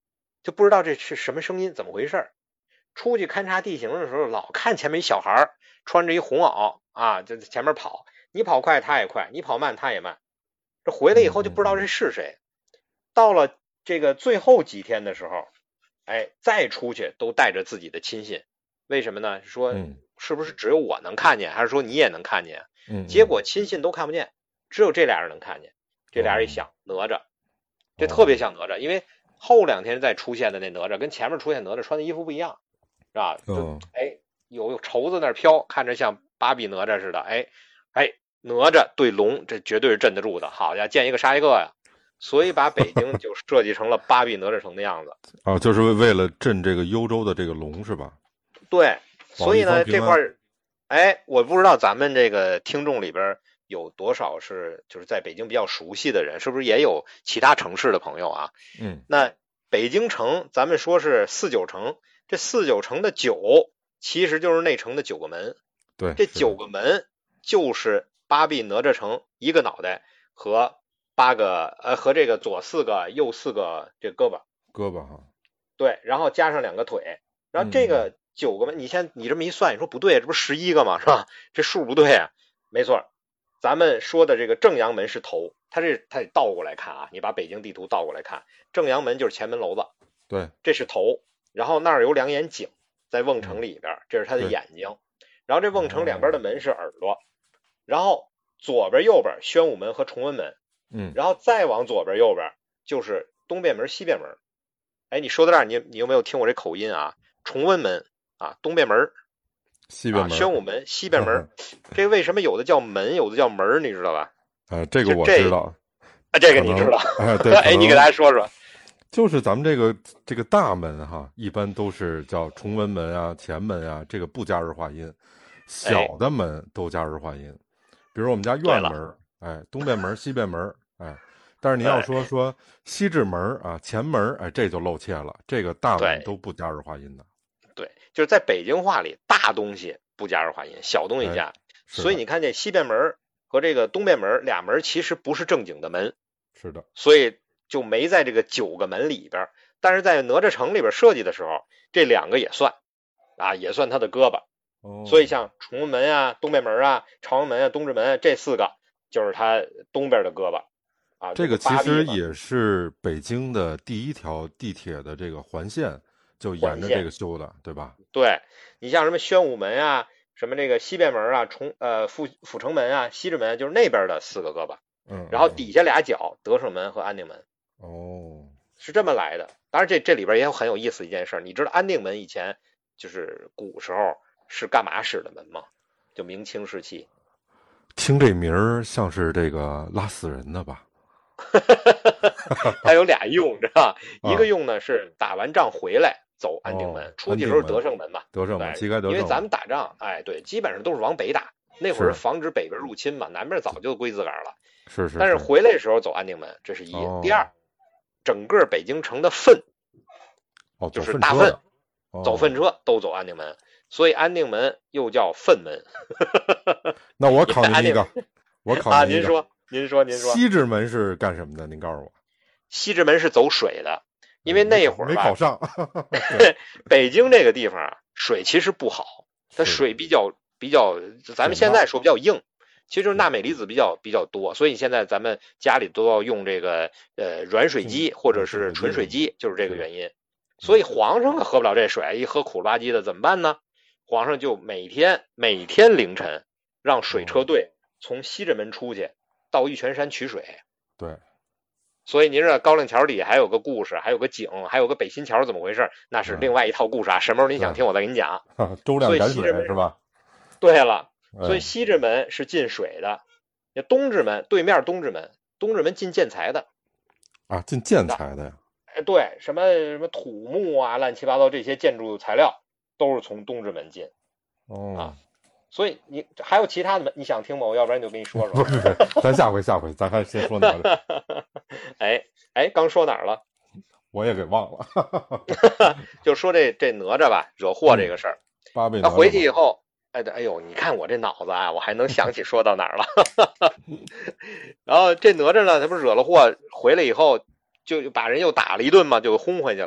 就不知道这是什么声音，怎么回事。出去勘察地形的时候，老看前面一小孩穿着一红袄啊，就在前面跑，你跑快他也快，你跑慢他也慢。这回来以后就不知道这是谁。到了这个最后几天的时候，哎，再出去都带着自己的亲信。为什么呢？说是不是只有我能看见，还是说你也能看见？ 嗯， 结果亲信都看不见，只有这俩人能看见。这俩人一想，哪吒，这特别像哪吒，因为后两天再出现的那哪吒跟前面出现哪吒穿的衣服不一样，是吧？就哎有绸子那儿飘，看着像芭比哪吒似的。哎哎，哪吒对龙，这绝对是镇得住的。好家伙，见一个杀一个呀！所以把北京就设计成了芭比哪吒城的样子。 哦，就是为了镇这个幽州的这个龙是吧？ 对，所以呢这块儿，哎，我不知道咱们这个听众里边有多少是就是在北京比较熟悉的人，是不是也有其他城市的朋友啊？ 嗯， 那北京城咱们说是四九城，这四九城的九其实就是内城的九个门。 对， 这九个门就是八臂哪吒城一个脑袋和八个呃和这个左四个右四个这胳膊胳膊哈。 对，然后加上两个腿，然后这个九个门，你先你这么一算，你说不对，这不是十一个吗？是吧？这数不对啊。没错，咱们说的这个正阳门是头，它这它得倒过来看啊，你把北京地图倒过来看，正阳门就是前门楼子， 对， 这是头，然后那儿有两眼井在瓮城里边，这是它的眼睛，然后这瓮城两边的门是耳朵，然后左边右边宣武门和崇文门， 嗯， 然后再往左边右边就是东便门西便门。哎，你说到这儿，你你有没有听我这口音啊？崇文门啊，东便门， 西便门， 啊、宣武门，西便门。这个为什么有的叫门，有的叫门，你知道吧？ 啊，这个我知道。 啊，这个你知道？ 哎，对， 哎，你给大家说说。 就是咱们这个这个大门哈，一般都是叫崇文门啊、前门啊，这个不加儿化音。小的门都加儿化音，比如我们家院门，哎，东便门、西便门，哎。但是你要说说西直门啊、前门，哎，这就露怯了。这个大门都不加儿化音的。 对，就是在北京话里，大东西不加儿化音，小东西加。哎、所以你看这西便门和这个东便门俩门其实不是正经的门。 是的。 所以就没在这个九个门里边。但是在哪吒城里边设计的时候，这两个也算啊，也算他的胳膊。 哦。 所以像崇文门啊、东便门啊、朝阳门啊、东直门啊，这四个就是他东边的胳膊。啊， 这个其实也是北京的第一条地铁的这个环线，就沿着这个修的，对吧？ 对，你像什么宣武门啊，什么这个西便门啊，崇呃阜阜成门啊，西直门，就是那边的四个胳膊， 嗯， 然后底下俩角，德胜门和安定门， 哦， 是这么来的。当然这这里边也有很有意思一件事，你知道安定门以前就是古时候是干嘛使的门吗？就明清时期。 听这名儿像是这个拉死人的吧？ 它有俩用，知道吧？一个用呢是打完仗回来走安定门， 哦、 出去时候德胜门嘛， 德胜门，旗开德胜。 因为咱们打仗，哎，对，基本上都是往北打，那会儿防止北边入侵嘛，南边早就归自个儿了。 是是。 但是回来的时候走安定门，这是一。 哦、 第二，整个北京城的粪， 哦， 就是大粪，走粪车都走安定门，所以安定门又叫粪门。 那我考您一个，我考您一个。 啊，您说。您说，您说， 西直门是干什么的？您告诉我。 西直门是走水的，因为那会儿没考上。 北京这个地方啊，水其实不好，它水比较比较，咱们现在说比较硬，其实就是钠镁离子比较比较多，所以现在咱们家里都要用这个呃软水机或者是纯水机，就是这个原因。所以皇上可喝不了这水，一喝苦了吧唧的怎么办呢？皇上就每天每天凌晨让水车队从西直门出去。到玉泉山取水， 对， 所以您知道高粱桥底下还有个故事，还有个井，还有个北新桥怎么回事？那是另外一套故事啊。什么时候您想听，我再给你讲。 周亮赶水是吧？ 对了，所以西直门是进水的，那东直门对面东直门，东直门进建材的啊，进建材的呀。 哎，对，什么什么土木啊，乱七八糟这些建筑材料都是从东直门进。 哦。 啊。所以你还有其他的，你想听吗？我要不然就跟你说说。 不是，咱下回下回，咱还先说哪儿？ 哎哎，刚说哪儿了？ 我也给忘了。 就说这这哪吒吧，惹祸这个事儿。 八倍。 他回去以后，哎哎呦，你看我这脑子啊，我还能想起说到哪儿了。然后这哪吒呢，他不是惹了祸，回来以后就把人又打了一顿嘛，就轰回去了。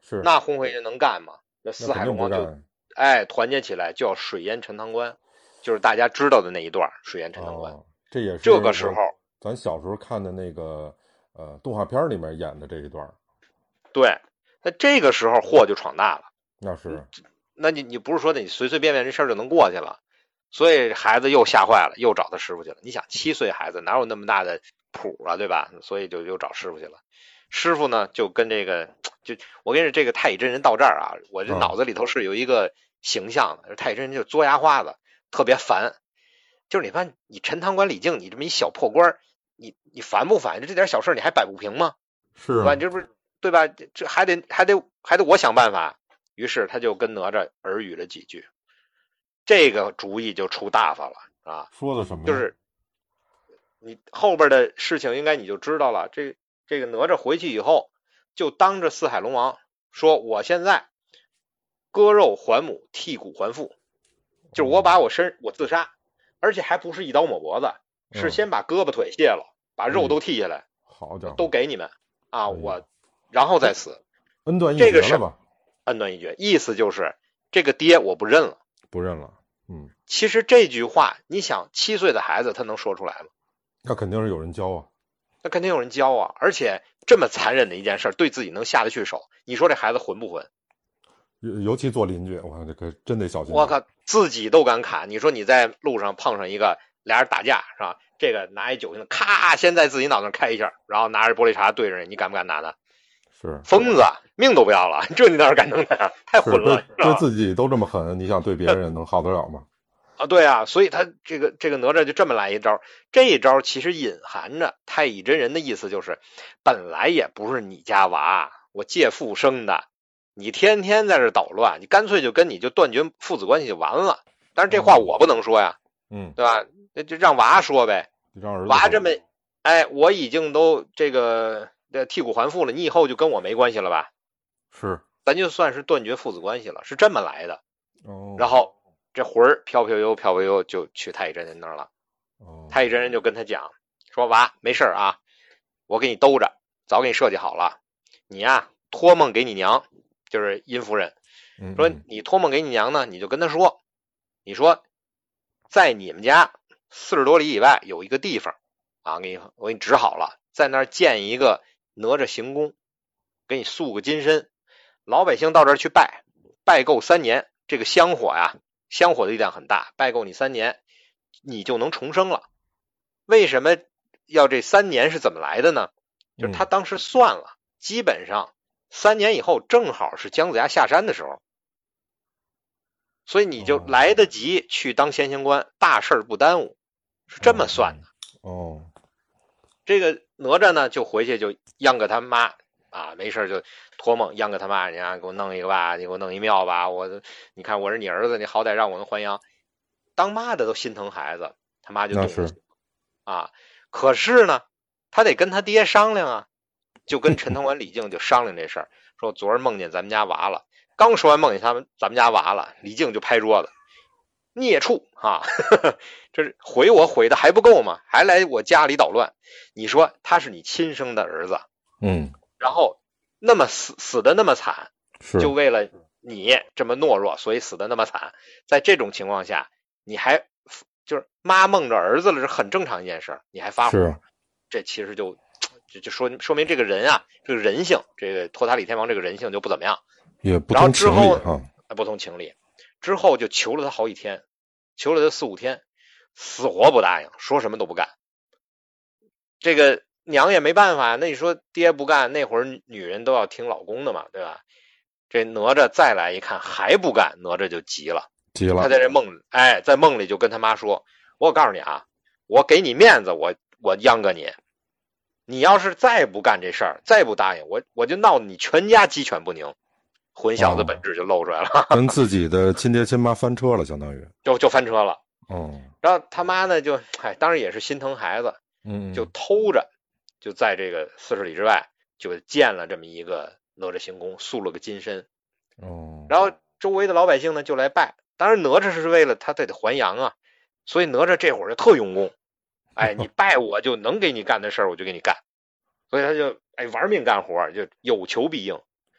是， 那红回去能干吗？那四海龙王就哎团结起来，就要水淹陈塘关，就是大家知道的那一段水淹陈塘关。 哦，这也是这个时候咱小时候看的那个呃动画片里面演的这一段。 对，那这个时候祸就闯大了。 那是， 那你你不是说你随随便便这事儿就能过去了？所以孩子又吓坏了，又找他师傅去了。你想七岁孩子哪有那么大的谱啊，对吧？所以就又找师傅去了。师傅呢就跟这个，就我跟你说这个太乙真人到这儿啊，我这脑子里头是有一个形象的，嗯、太乙真人就嘬牙花子，特别烦。就是你看你陈塘关李靖，你这么一小破官，你你烦不烦？这点小事你还摆不平吗？ 是、啊， 对吧？你这不是对吧？这还得还得还得我想办法。于是他就跟哪吒耳语了几句，这个主意就出大发了啊！ 说的什么？ 就是你后边的事情应该你就知道了。这这个哪吒回去以后，就当着四海龙王说：“我现在割肉还母，剔骨还父，就是我把我身我自杀，而且还不是一刀抹脖子， 嗯、 是先把胳膊腿卸了，把肉都剔下来， 好家伙， 都给你们啊！我然后再死， 恩断义绝了吧？ 恩断义绝，意思就是这个爹我不认了， 不认了。嗯， 其实这句话，你想七岁的孩子他能说出来吗？ 那肯定是有人教啊， 那肯定有人教啊，而且这么残忍的一件事，对自己能下得去手，你说这孩子混不混？ 尤其做邻居，我看这可真得小心。 我靠，自己都敢砍，你说你在路上碰上一个俩人打架是吧？这个拿一酒瓶子，咔，先在自己脑袋上开一下，然后拿着玻璃碴对着你，你敢不敢拿他？ 是疯子，命都不要了，这你哪敢弄他？太混了， 对, 对自己都这么狠，你想对别人能好得了吗？ 啊，对啊，所以他这个这个哪吒就这么来一招，这一招其实隐含着太乙真人的意思，就是本来也不是你家娃，我借腹生的，你天天在这捣乱，你干脆就跟你就断绝父子关系就完了。但是这话我不能说呀， 嗯， 对吧？那就让娃说呗， 让儿子娃这么，哎，我已经都这个这剔骨还父了，你以后就跟我没关系了吧？ 是， 咱就算是断绝父子关系了，是这么来的。 哦， 然后这魂儿飘飘悠飘飘悠就去太乙真人那儿了。 哦， 太乙真人就跟他讲说：“娃，没事啊，我给你兜着，早给你设计好了。你呀，托梦给你娘，就是殷夫人，说你托梦给你娘呢，你就跟他说，你说在你们家四十多里以外有一个地方啊，给你我给你指好了，在那儿建一个哪吒行宫，给你塑个金身，老百姓到这儿去拜，拜够三年，这个香火呀。”香火的力量很大，拜够你三年，你就能重生了。为什么要这三年是怎么来的呢？就是他当时算了，嗯、基本上三年以后正好是姜子牙下山的时候，所以你就来得及去当先行官，大事不耽误，是这么算的。 哦， 这个哪吒呢，就回去就央个他妈啊，没事就托梦央个他妈，你啊给我弄一个吧，你给我弄一庙吧，我你看我是你儿子，你好歹让我能还阳。当妈的都心疼孩子，他妈就动了啊。可是呢，他得跟他爹商量啊，就跟陈塘关李靖就商量这事儿，说昨儿梦见咱们家娃了。刚说完梦见他们咱们家娃了，李靖就拍桌子，孽畜啊，呵呵，这是回我回的还不够吗？还来我家里捣乱。你说他是你亲生的儿子， 嗯， 然后那么死死的那么惨， 是就为了你这么懦弱，所以死的那么惨。在这种情况下，你还就是妈梦着儿子了，是很正常一件事，你还发火，这其实就就就说说明这个人啊，这个人性，这个托塔李天王这个人性就不怎么样， 也不通情理哈，不通情理。之后就求了他好几天，求了他四五天，死活不答应，说什么都不干。这个娘也没办法，那你说爹不干，那会儿女人都要听老公的嘛，对吧？这哪吒再来一看还不干，哪吒就急了， 急了。 他在这梦里，哎，在梦里就跟他妈说：“我告诉你啊，我给你面子，我我央个你，你要是再不干这事儿，再不答应我，我就闹得你全家鸡犬不宁。”混小子本质就露出来了， 哦、跟自己的亲爹亲妈翻车了，相当于就就翻车了。 哦， 然后他妈呢，就哎，当然也是心疼孩子， 嗯， 就偷着就在这个四十里之外就建了这么一个哪吒行宫，塑了个金身。 哦， 然后周围的老百姓呢就来拜，当然哪吒是为了他得还阳啊，所以哪吒这会儿就特用功，哎，你拜我就能给你干的事儿，我就给你干，所以他就哎玩命干活，就有求必应。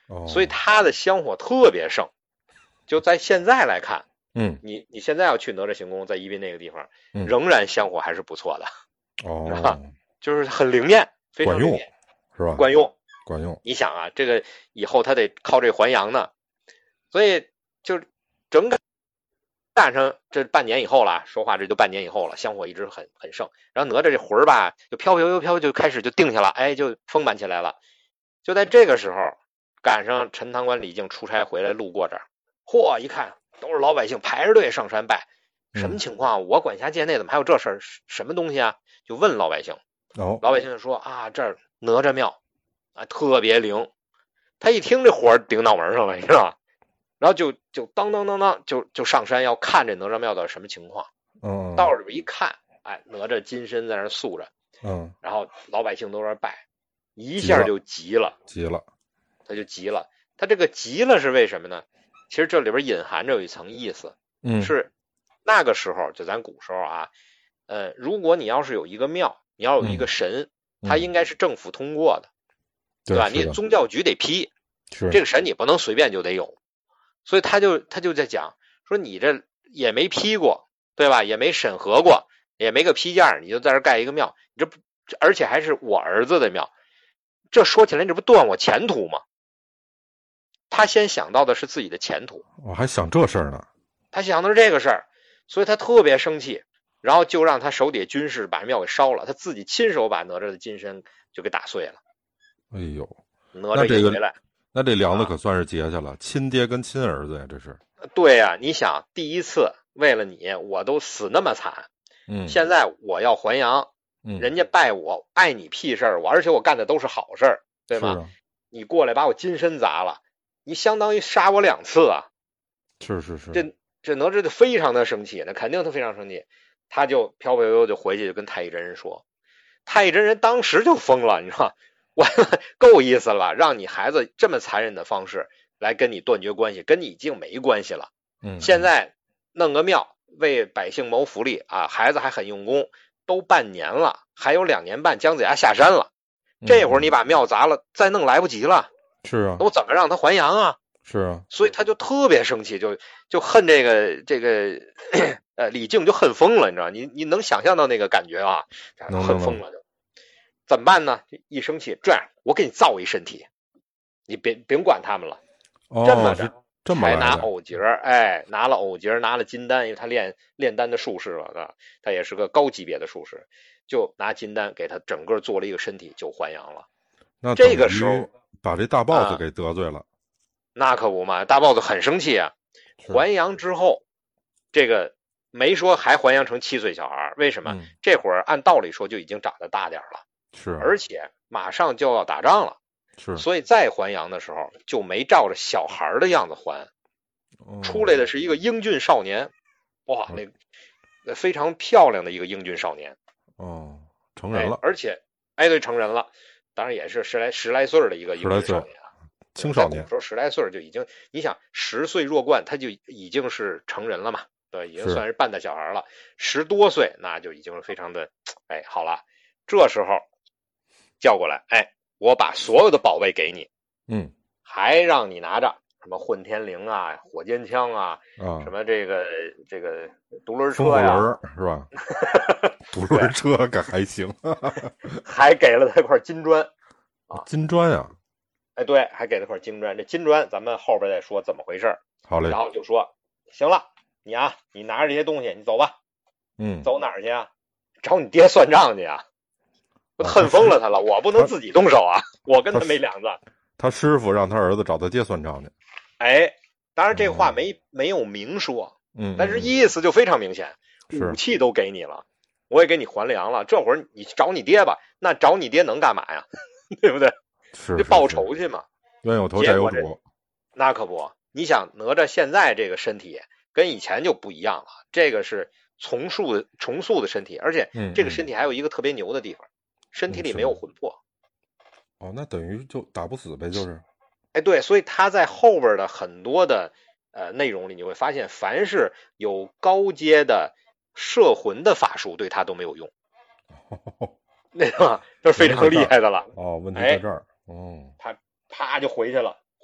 哦， 所以它的香火特别盛。就在现在来看， 嗯， 你你现在要去哪吒行宫，在宜宾那个地方， 嗯、 仍然香火还是不错的。 哦， 就是很灵验，非常灵验， 是吧？ 管用， 管用。 你想啊，这个以后他得靠这还阳呢，所以就整个干上这半年以后了，说话这就半年以后了，香火一直很很盛。然后哪吒这魂儿吧，就飘飘飘飘就开始就定下了，哎，就丰满起来了。就在这个时候，赶上陈塘关李靖出差回来，路过这儿，嚯，一看都是老百姓排着队上山拜，什么情况？我管辖界内怎么还有这事儿？什么东西啊？就问老百姓。 哦， 老百姓就说啊，这儿哪吒庙啊特别灵。他一听这火儿顶脑门上了，你知道吧？然后就就当当当当就就上山要看这哪吒庙的什么情况。 嗯， 到里边一看，哎，哪吒金身在那塑着， 嗯， 然后老百姓都在那拜，一下就急了， 急了， 他就急了。他这个急了是为什么呢？其实这里边隐含着有一层意思， 嗯， 是那个时候就咱古时候啊，呃，如果你要是有一个庙，你要有一个神， 嗯、 它应该是政府通过的， 对, 对吧？你宗教局得批， 是这个神你不能随便就得有，所以他就他就在讲说你这也没批过，对吧？也没审核过，也没个批件，你就在这盖一个庙，你这而且还是我儿子的庙，这说起来这不断我前途吗？他先想到的是自己的前途， 我还想这事儿呢， 他想的是这个事儿，所以他特别生气。然后就让他手底下军士把庙给烧了，他自己亲手把哪吒的金身就给打碎了。 哎呦， 哪吒一回来， 那这梁子可算是结下了，啊、亲爹跟亲儿子呀，这是。 对呀、啊，你想第一次为了你我都死那么惨， 嗯， 现在我要还阳， 嗯， 人家拜我碍你屁事儿，我而且我干的都是好事儿，对吗？ 啊、 你过来把我金身砸了，你相当于杀我两次啊！ 是是是， 这这哪吒就非常的生气，那肯定他非常生气。他就飘飘悠就回去就跟太乙真人说，太乙真人当时就疯了，你知道，我够意思了吧？让你孩子这么残忍的方式来跟你断绝关系，跟你已经没关系了。 嗯， 现在弄个庙为百姓谋福利啊，孩子还很用功，都半年了，还有两年半姜子牙下山了，这会儿你把庙砸了，再弄来不及了。 是啊， 都怎么让他还阳啊？ 是啊， 所以他就特别生气，就就恨这个这个呃李靖就恨疯了，你知道？你你能想象到那个感觉啊？恨疯了就怎么办呢？一生气，这样我给你造一身体，你别别管他们了。 哦、 这么着， 这么还拿藕节儿，哎，拿了藕节儿，拿了金丹，因为他练炼丹的术士了啊，他也是个高级别的术士，就拿金丹给他整个做了一个身体，就还阳了。 那这个时候把这大 boss 给得罪了。啊， 那可不嘛，大 boss 很生气啊！还阳之后，这个没说还还阳成七岁小孩，为什么？ 嗯、 这会儿按道理说就已经长得大点了， 是、啊， 而且马上就要打仗了， 是， 所以再还阳的时候就没照着小孩的样子还， 哦、 出来的是一个英俊少年，哇，那、嗯、非常漂亮的一个英俊少年。 哦，成人了， 哎、而且哎，对，成人了，当然也是十来十来岁的一个英俊少年。 青少年， 说十来岁就已经，你想十岁弱冠，他就已经是成人了嘛，对，已经算是半大小孩了。十多岁那就已经非常的，哎，好了，这时候叫过来，哎，我把所有的宝贝给你， 嗯， 还让你拿着什么混天绫啊、火尖枪啊， 啊， 什么这个这个独轮车呀、 啊，是吧？独轮车可还行， 还给了他一块金砖啊， 金砖啊。 哎，对，还给了块金砖。这金砖咱们后边再说怎么回事。 好嘞。 然后就说，行了，你啊，你拿着这些东西，你走吧。 嗯。 走哪儿去啊？找你爹算账去啊！我恨疯了他了，我不能自己动手啊，我跟他没两个。 他师傅让他儿子找他爹算账去。 哎，当然这话没、嗯、没有明说， 嗯， 但是意思就非常明显，武器都给你了，我也给你还粮了，这会儿你找你爹吧，那找你爹能干嘛呀？对不对？ 是这报仇去嘛， 冤有头债有主。 那可不，你想哪吒现在这个身体跟以前就不一样了，这个是重塑的重塑的身体，而且这个身体还有一个特别牛的地方，嗯、身体里没有魂魄。 哦，那等于就打不死呗，就是。 哎，对，所以他在后边的很多的呃内容里，你会发现，凡是有高阶的摄魂的法术，对他都没有用。那个这是非常厉害的了。 哦，问题在这儿。 哦，他啪就回去了，回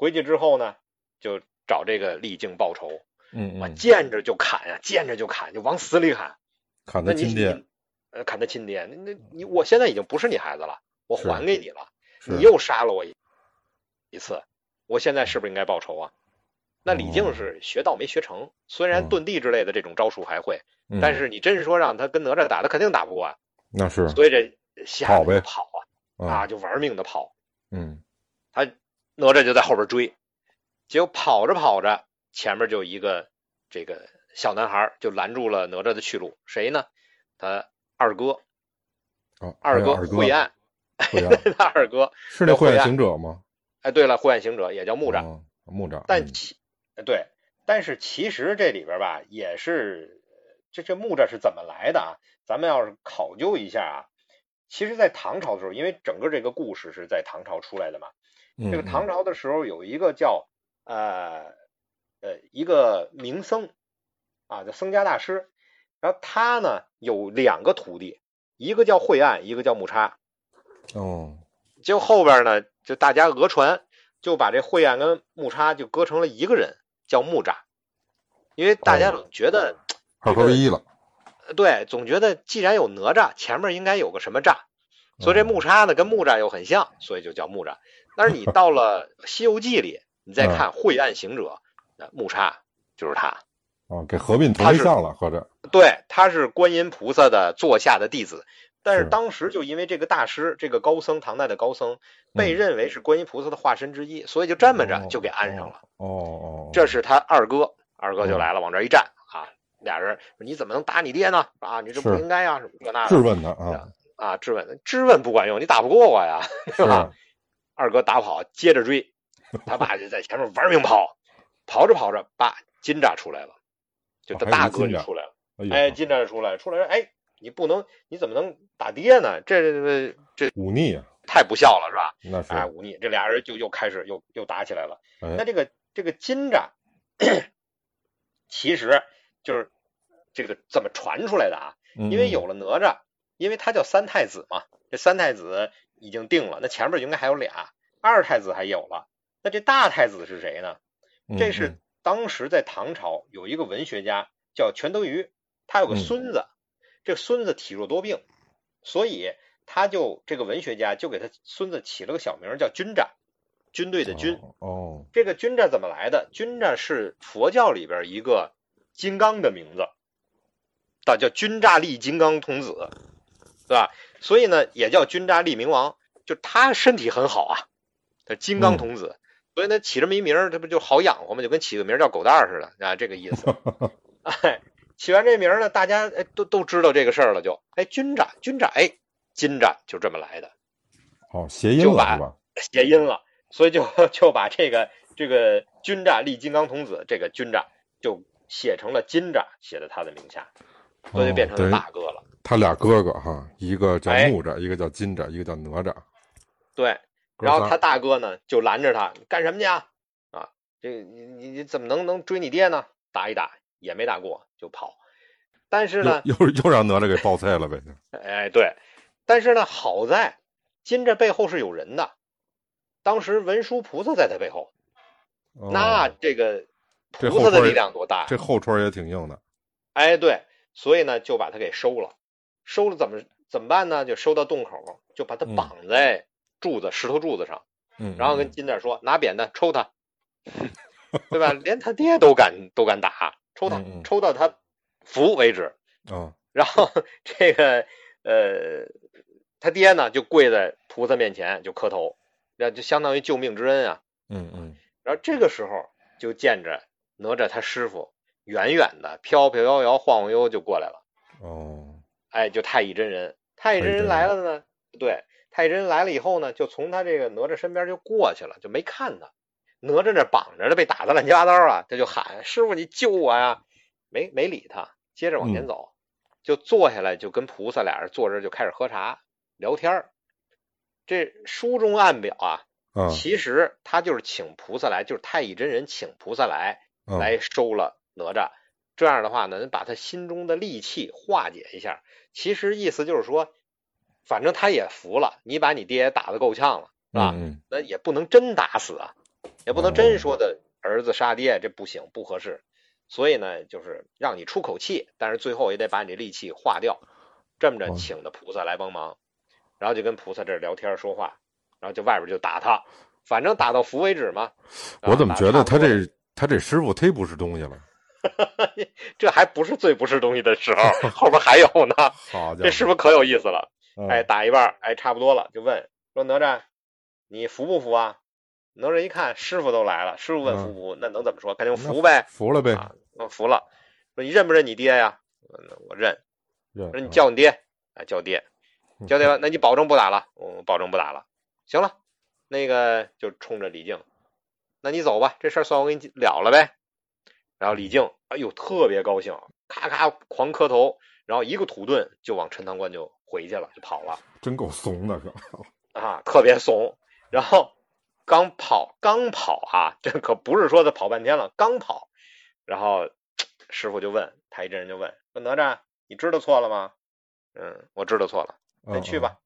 回去之后呢，就找这个李靖报仇。 嗯我见着就砍呀，见着就砍，就往死里砍。 砍他亲爹， 呃，砍他亲爹。那你我现在已经不是你孩子了，我还给你了， 你又杀了我一一次，我现在是不是应该报仇啊？那李靖是学道没学成，虽然遁地之类的这种招数还会， 嗯、 但是你真是说让他跟哪吒打，他肯定打不过啊。 那是， 所以这下跑呗， 跑啊， 嗯、 啊，就玩命的跑。 嗯， 他哪吒就在后边追，结果跑着跑着，前面就一个这个小男孩就拦住了哪吒的去路，谁呢？他二哥。 哦， 二哥慧岸，他二哥是那慧岸行者吗？ 哎，对了，慧岸行者也叫木吒， 哦、木吒。 但其、嗯、对，但是其实这里边吧，也是这这木吒是怎么来的啊？咱们要是考究一下啊，其实，在唐朝的时候，因为整个这个故事是在唐朝出来的嘛， 嗯、 这个唐朝的时候有一个叫呃呃一个名僧啊，叫僧伽大师，然后他呢有两个徒弟。一个叫慧岸，一个叫木叉。 哦， 就后边呢，就大家讹传，就把这慧岸跟木叉就搁成了一个人，叫木吒。因为大家总觉得、 哦、二合为一了。 对，总觉得既然有哪吒，前面应该有个什么吒，所以这木叉呢跟木吒又很像，所以就叫木吒。但是你到了《西游记》里，你再看慧岸行者，那木叉就是他。 哦，给合并同一项了，合着。 对，他是观音菩萨的座下的弟子，但是当时就因为这个大师，这个高僧，唐代的高僧，被认为是观音菩萨的化身之一，嗯、所以就这么着就给安上了。 哦 哦, 哦， 这是他二哥，二哥就来了，往这一站啊，俩人说你怎么能打你爹呢？啊，你这不应该啊，什么这那的。 质问他啊啊，质问，质问不管用，你打不过我呀，是吧？二哥打跑，接着追，他爸就在前面玩命跑，跑着跑着，爸金吒出来了。就他大哥就出来了，哎，金吒出来，出来，哎，你不能，你怎么能打爹呢？这这这忤逆啊， 太不孝了，是吧？ 那是， 哎，忤逆，这俩人就又开始又又打起来了。 哎、 那这个这个金吒，其实就是这个怎么传出来的啊？ 嗯、 因为有了哪吒，因为他叫三太子嘛，这三太子已经定了，那前面应该还有俩，二太子还有了，那这大太子是谁呢？这是。 嗯当时在唐朝有一个文学家叫全德瑜，他有个孙子，嗯、这个孙子体弱多病，所以他就这个文学家就给他孙子起了个小名叫军吒，军队的军。 哦，哦这个军吒怎么来的？军吒是佛教里边一个金刚的名字，他叫军吒力金刚童子，对吧？所以呢，也叫军吒力明王，就他身体很好啊，他金刚童子。嗯所以呢，起这么一名，这不就好养活吗？就跟起个名叫狗蛋儿似的啊，这个意思。哎，起完这名呢，大家哎都都知道这个事儿了，就哎军吒，军吒，哎金吒就这么来的。 哦，谐音了是吧？ 谐音了，所以就就把这个这个军吒力金刚童子这个军吒就写成了金吒，写在他的名下，所以就变成了大哥了。 哦、他俩哥哥哈，一个叫木吒、哎，一个叫金吒，一个叫哪吒。 对。然后他大哥呢就拦着他，干什么去啊？啊，这你你你怎么能能追你爹呢？打一打也没打过就跑，但是呢又又让哪吒给爆菜了呗。 哎，对，但是呢好在金吒背后是有人的，当时文殊菩萨在他背后， 哦、 那这个菩萨的力量多大？ 这后戳也挺硬的。 哎，对，所以呢就把他给收了，收了怎么怎么办呢？就收到洞口，就把他绑在。嗯柱子石头柱子上， 嗯， 然后跟金吒说：“拿扁担抽他，对吧？连他爹都敢都敢打，抽他， 嗯、 抽到他服为止。 哦， 然后这个呃，他爹呢就跪在菩萨面前就磕头，那就相当于救命之恩啊。 嗯嗯。 然后这个时候就见着哪吒他师傅远远的飘飘摇摇晃晃悠就过来了。 哦， 哎，就太乙真人，太乙真人来了呢，对。太乙真人来了以后呢，就从他这个哪吒身边就过去了，就没看他。哪吒那绑着的被打得乱七八糟啊，他就喊：“师傅，你救我呀！”没没理他，接着往前走，嗯、就坐下来，就跟菩萨俩人坐着就开始喝茶聊天。这书中暗表啊， 嗯、 其实他就是请菩萨来，就是太乙真人请菩萨来， 嗯、 来收了哪吒。这样的话呢，能把他心中的戾气化解一下。其实意思就是说。反正他也服了，你把你爹打得够呛了，是吧？ 嗯、 那也不能真打死啊， 也不能真说的儿子杀爹，这不行，不合适。所以呢，就是让你出口气，但是最后也得把你戾气化掉。这么着请的菩萨来帮忙，然后就跟菩萨这儿聊天说话，然后就外边就打他，反正打到服为止嘛。 我怎么觉得他这他这师傅忒不是东西了？ 这还不是最不是东西的时候，后边还有呢。 好家伙， 这师傅可有意思了。 嗯、 哎，打一半，哎，差不多了，就问说哪吒，你服不服啊？哪吒一看师傅都来了，师傅问服不服，嗯、那能怎么说？肯定服呗， 服了呗。 啊，服了。说你认不认你爹呀？我认。 认。 说你叫你爹，哎，叫爹，叫爹了，那你保证不打了？我、嗯、保证不打了。行了，那个就冲着李靖，那你走吧，这事儿算我给你了了呗。然后李靖，哎呦，特别高兴，咔咔狂磕头，然后一个土遁就往陈塘关就回去了，就跑了。 真够怂的，是啊，特别怂。然后刚跑，刚跑啊，这可不是说他跑半天了，刚跑。然后师傅就问太乙真人就问说哪吒，你知道错了吗？嗯，我知道错了，那去吧。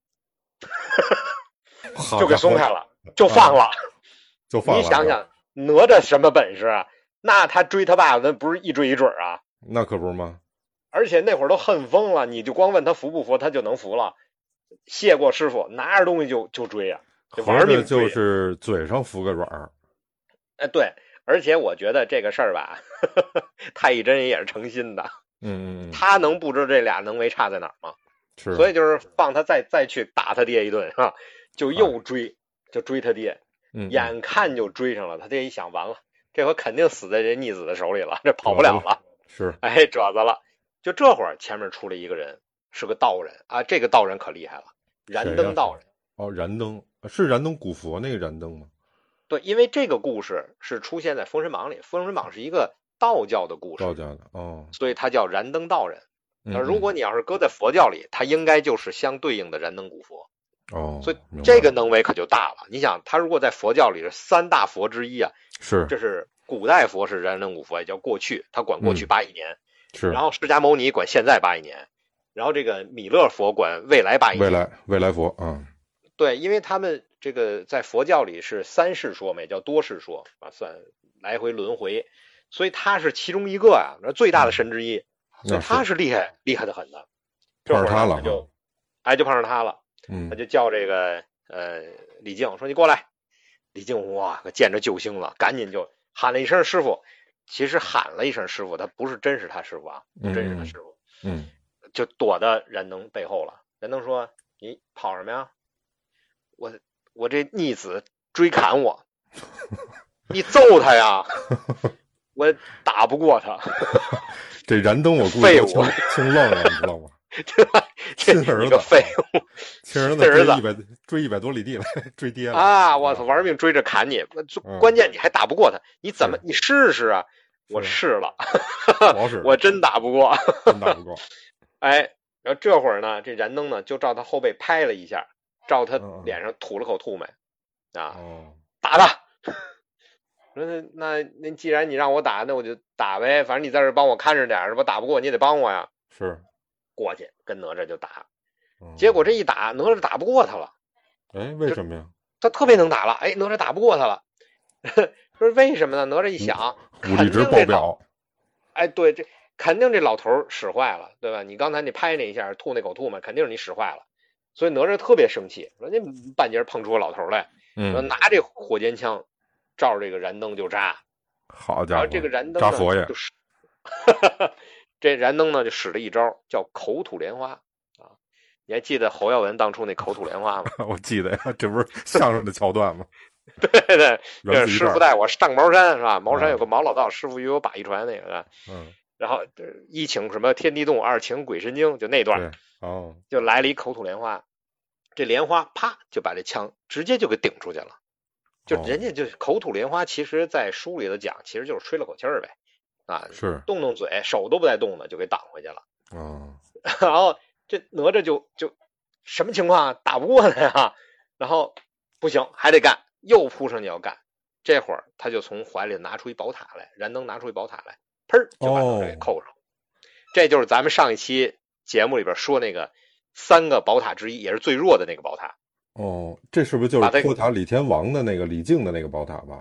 嗯、就给松开了，就放了。 嗯、就放了。 你想想，哪吒什么本事啊？那他追他爸那不是一追一准啊？ 那可不是吗？ 而且那会儿都恨疯了，你就光问他服不服，他就能服了。谢过师傅，拿着东西就就追啊，就玩命追。 就是嘴上服个软儿。 哎，对，而且我觉得这个事儿吧，呵呵太乙真人也是诚心的。 嗯嗯。 他能不知道这俩能为差在哪儿吗？ 是。 所以就是放他再再去打他爹一顿，是吧？就又追，啊、就追他爹。 嗯。 眼看就追上了，他爹一想，完了。这回肯定死在这逆子的手里了，这跑不了了。 是， 哎，褶子了。就这会儿，前面出来一个人，是个道人啊。这个道人可厉害了，燃灯道人。 哦，燃灯是燃灯古佛那个燃灯吗？ 对，因为这个故事是出现在《封神榜》里，《封神榜》是一个道教的故事， 道教的哦， 所以他叫燃灯道人。 那、 嗯、如果你要是搁在佛教里，他应该就是相对应的燃灯古佛。 哦， 所以这个能为可就大了。你想，他如果在佛教里是三大佛之一啊， 是， 这是古代佛是燃灯古佛，也叫过去，他管过去八亿年， 嗯、是。 然后释迦牟尼管现在八亿年，然后这个弥勒佛管未来八亿年。 未来未来佛啊、嗯， 对，因为他们这个在佛教里是三世说嘛，也叫多世说啊，算来回轮回，所以他是其中一个啊，那最大的神之一， 嗯、 所以他是厉害厉害的很的。 碰上他了， 就哎就碰上他了。 嗯， 他就叫这个呃李靖说你过来，李靖哇见着救星了，赶紧就喊了一声师傅，其实喊了一声师傅，他不是真是他师傅啊，不真是他师傅， 嗯， 就躲到燃灯背后了。燃灯说你跑什么呀？我我这逆子追砍我，你揍他呀，我打不过他。 这燃灯我估计都清愣了，你知道吗？ 这一个废物， 亲儿子追一百追一百多里地了，追爹了啊！我操，玩命追着砍你， 嗯、 关键你还打不过他，你怎么你试试啊？我试了，我真打不过， 真打不过。 哎，然后这会儿呢，这燃灯呢就照他后背拍了一下，照他脸上吐了口吐沫， 嗯、 啊， 哦、 打他。说那那那既然你让我打，那我就打呗，反正你在这帮我看着点是吧？打不过你也得帮我呀。 是。 过去跟哪吒就打， 嗯、 结果这一打哪吒打不过他了。 哎，为什么呀？ 他特别能打了，哎，哪吒打不过他了。说为什么呢？哪吒一想， 武力值爆表。 哎，对，这肯定这老头使坏了，对吧？你刚才你拍那一下吐那口吐沫，肯定是你使坏了。所以哪吒特别生气，说那半截碰出个老头来， 嗯， 说拿这火尖枪照着这个燃灯就扎。 好家伙， 这个燃灯扎佛爷就是。这燃灯呢就使了一招叫口吐莲花啊，你还记得侯耀文当初那口吐莲花吗？ 我记得呀，这不是相声的桥段吗？ 对对，这师傅带我上茅山是吧？茅山有个毛老道，师傅与我把一传那个， 嗯， 然后一请什么天地动，二请鬼神经，就那段， 哦， 就来了一口吐莲花，这莲花啪就把这枪直接就给顶出去了，就人家就口吐莲花，其实在书里头讲，其实就是吹了口气儿呗。啊， 是动动嘴，手都不带动的，就给挡回去了。 哦， 然后这哪吒就就什么情况啊？打不过他呀。然后不行，还得干，又扑上去要干。这会儿他就从怀里拿出一宝塔来，燃灯拿出一宝塔来，砰就把哪吒给扣上。哦、这就是咱们上一期节目里边说那个三个宝塔之一，也是最弱的那个宝塔。 哦，这是不是就是托塔李天王的那个李靖的那个宝塔吧？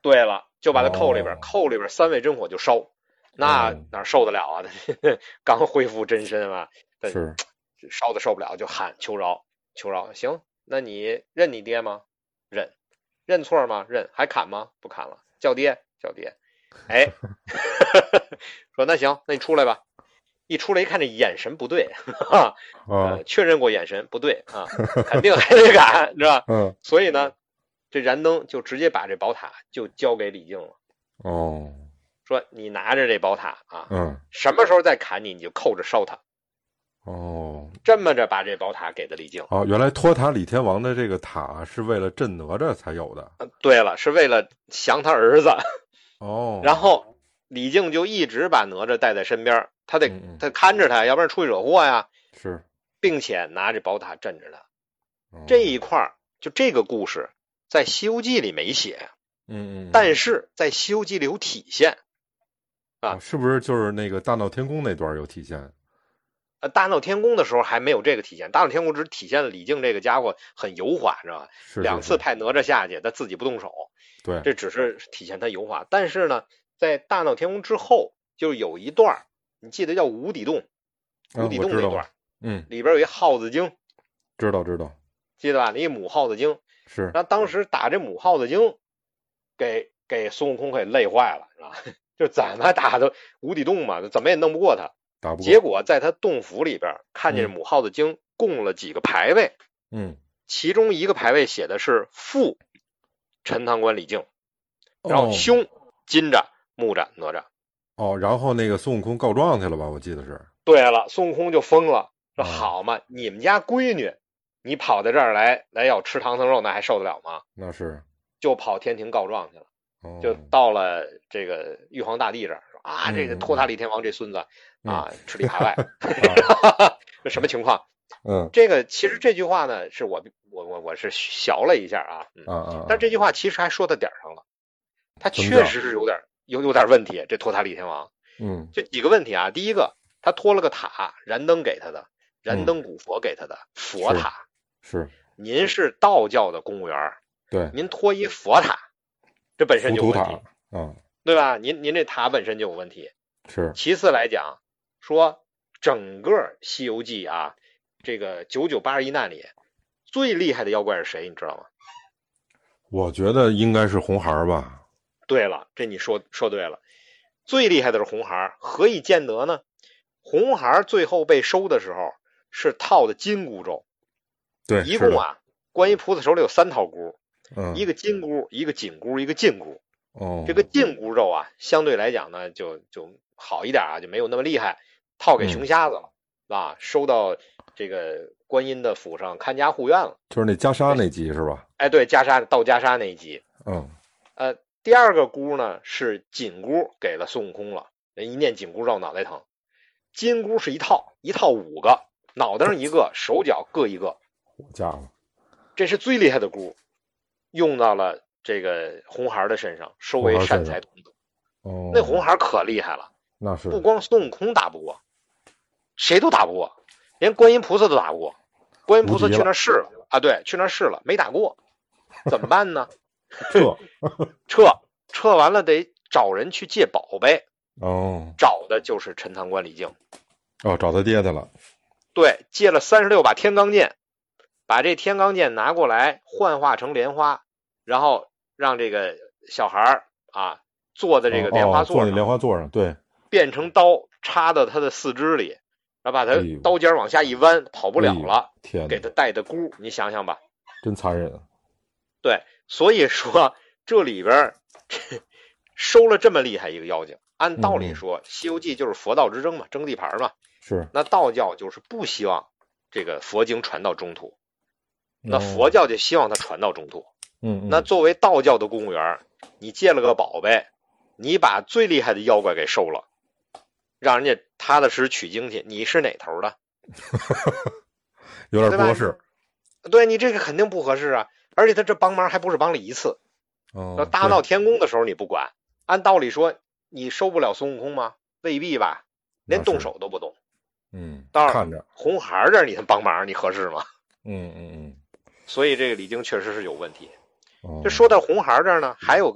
对了，就把他扣里边，哦、扣里边三味真火就烧，那、 嗯、 哪受得了啊？刚恢复真身啊， 是烧的受不了，就喊求饶，求饶。行，那你认你爹吗？认。认错吗？认。还砍吗？不砍了。叫爹，叫爹。哎，说那行，那你出来吧。一出来一看，这眼神不对，哈、呃，确认过眼神不对啊，肯定还得砍，是吧？ 嗯。 所以呢，这燃灯就直接把这宝塔就交给李靖了。 哦。 说你拿着这宝塔啊， 嗯， 什么时候再砍你，你就扣着烧它。 哦， 这么着把这宝塔给的李靖。 哦，原来托塔李天王的这个塔是为了镇哪吒才有的。 呃、对了，是为了降他儿子。 哦。 然后李靖就一直把哪吒带在身边，他得、 嗯、 他看着他，要不然出去惹祸呀。 是， 并且拿着宝塔镇着他。 哦、 这一块就这个故事在《西游记》里没写， 嗯嗯， 但是在《西游记》里有体现。啊、 哦，是不是就是那个大闹天宫那段有体现？ 呃，大闹天宫的时候还没有这个体现，大闹天宫只体现了李靖这个家伙很油滑，知道吧？ 是是是， 两次派哪吒下去，他自己不动手， 对， 这只是体现他油滑。但是呢，在大闹天宫之后，就有一段，你记得叫无底洞，无底洞那段， 嗯， 里边有一耗子精， 知道知道， 记得吧？那一母耗子精是， 然后当时打这母耗子精，给给孙悟空给累坏了，是吧？就怎么打的无底洞嘛，怎么也弄不过他。 打不过。 结果在他洞府里边看见母耗子精供了几个牌位， 嗯， 其中一个牌位写的是父陈塘关李靖，然后兄、哦、金吒木吒哪吒。 哦，然后那个孙悟空告状去了吧？我记得是。 对了，孙悟空就疯了，说好嘛，哦、你们家闺女，你跑到这儿来来要吃唐僧肉，那还受得了吗？ 那是。 就跑天庭告状去了， 哦、 就到了这个玉皇大帝这儿，说啊， 嗯、 这个托塔李天王这孙子。 嗯、 啊，吃里扒外，这什么情况？ 嗯， 这个其实这句话呢，是我我我我是学了一下啊，嗯、 啊啊， 但这句话其实还说到点上了，他确实是有点有有点问题。这托塔李天王， 嗯， 就几个问题啊。第一个，他托了个塔，燃灯给他的，燃灯古佛给他的、嗯、佛塔， 是, 是您是道教的公务员， 对， 您托一佛塔，这本身就有问题， 嗯， 对吧？您您这塔本身就有问题。 是。 其次来讲。说整个《西游记》啊，这个九九八十一难里最厉害的妖怪是谁？你知道吗？ 我觉得应该是红孩吧。 对了，这你说说对了，最厉害的是红孩。何以见得呢？红孩最后被收的时候是套的金箍咒， 对， 一共啊，观音菩萨手里有三套箍， 嗯， 一个金箍，一个紧箍，一个禁箍。 哦， 这个禁箍咒啊，相对来讲呢，就就好一点啊，就没有那么厉害。套给熊瞎子了、嗯、啊，收到这个观音的府上看家护院了， 就是那袈裟那集是吧？ 哎，对，袈裟到袈裟那一集。 嗯， 呃，第二个箍呢是紧箍给了孙悟空了，人一念紧箍咒脑袋疼。金箍是一套，一套五个，脑袋上一个，手脚各一个。 我家伙， 这是最厉害的箍，用到了这个红孩的身上，收为善财童子。 哦， 那红孩可厉害了， 那是不光孙悟空打不过。谁都打不过，连观音菩萨都打不过。观音菩萨去那试了啊，对，去那试了，没打过，怎么办呢？ 撤， 撤，撤完了得找人去借宝贝。 哦， 找的就是陈塘关李靖。 哦，找他爹去了。 对，借了三十六把天罡剑，把这天罡剑拿过来幻化成莲花，然后让这个小孩啊坐在这个莲花座上， 哦哦、坐在莲花座上，对， 变成刀插到他的四肢里。然后把他刀尖往下一弯，哎、跑不了了， 哎、天， 给他带的箍，你想想吧， 真残忍。 对，所以说这里边收了这么厉害一个妖精，按道理说，嗯《西游记》就是佛道之争嘛，争地盘嘛。 是。 那道教就是不希望这个佛经传到中土，那佛教就希望它传到中土。 嗯, 嗯。 那作为道教的公务员，你借了个宝贝，你把最厉害的妖怪给收了。让人家踏踏实实取经去，你是哪头的？ 有点不合适。 对，你这个肯定不合适啊！而且他这帮忙还不是帮了一次。 哦。 大闹天宫的时候你不管，按道理说你收不了孙悟空吗？未必吧，连动手都不动。 嗯。 看着红孩这你帮忙，你合适吗？ 嗯嗯嗯。 所以这个李靖确实是有问题。 哦。 这说到红孩这儿呢，还有个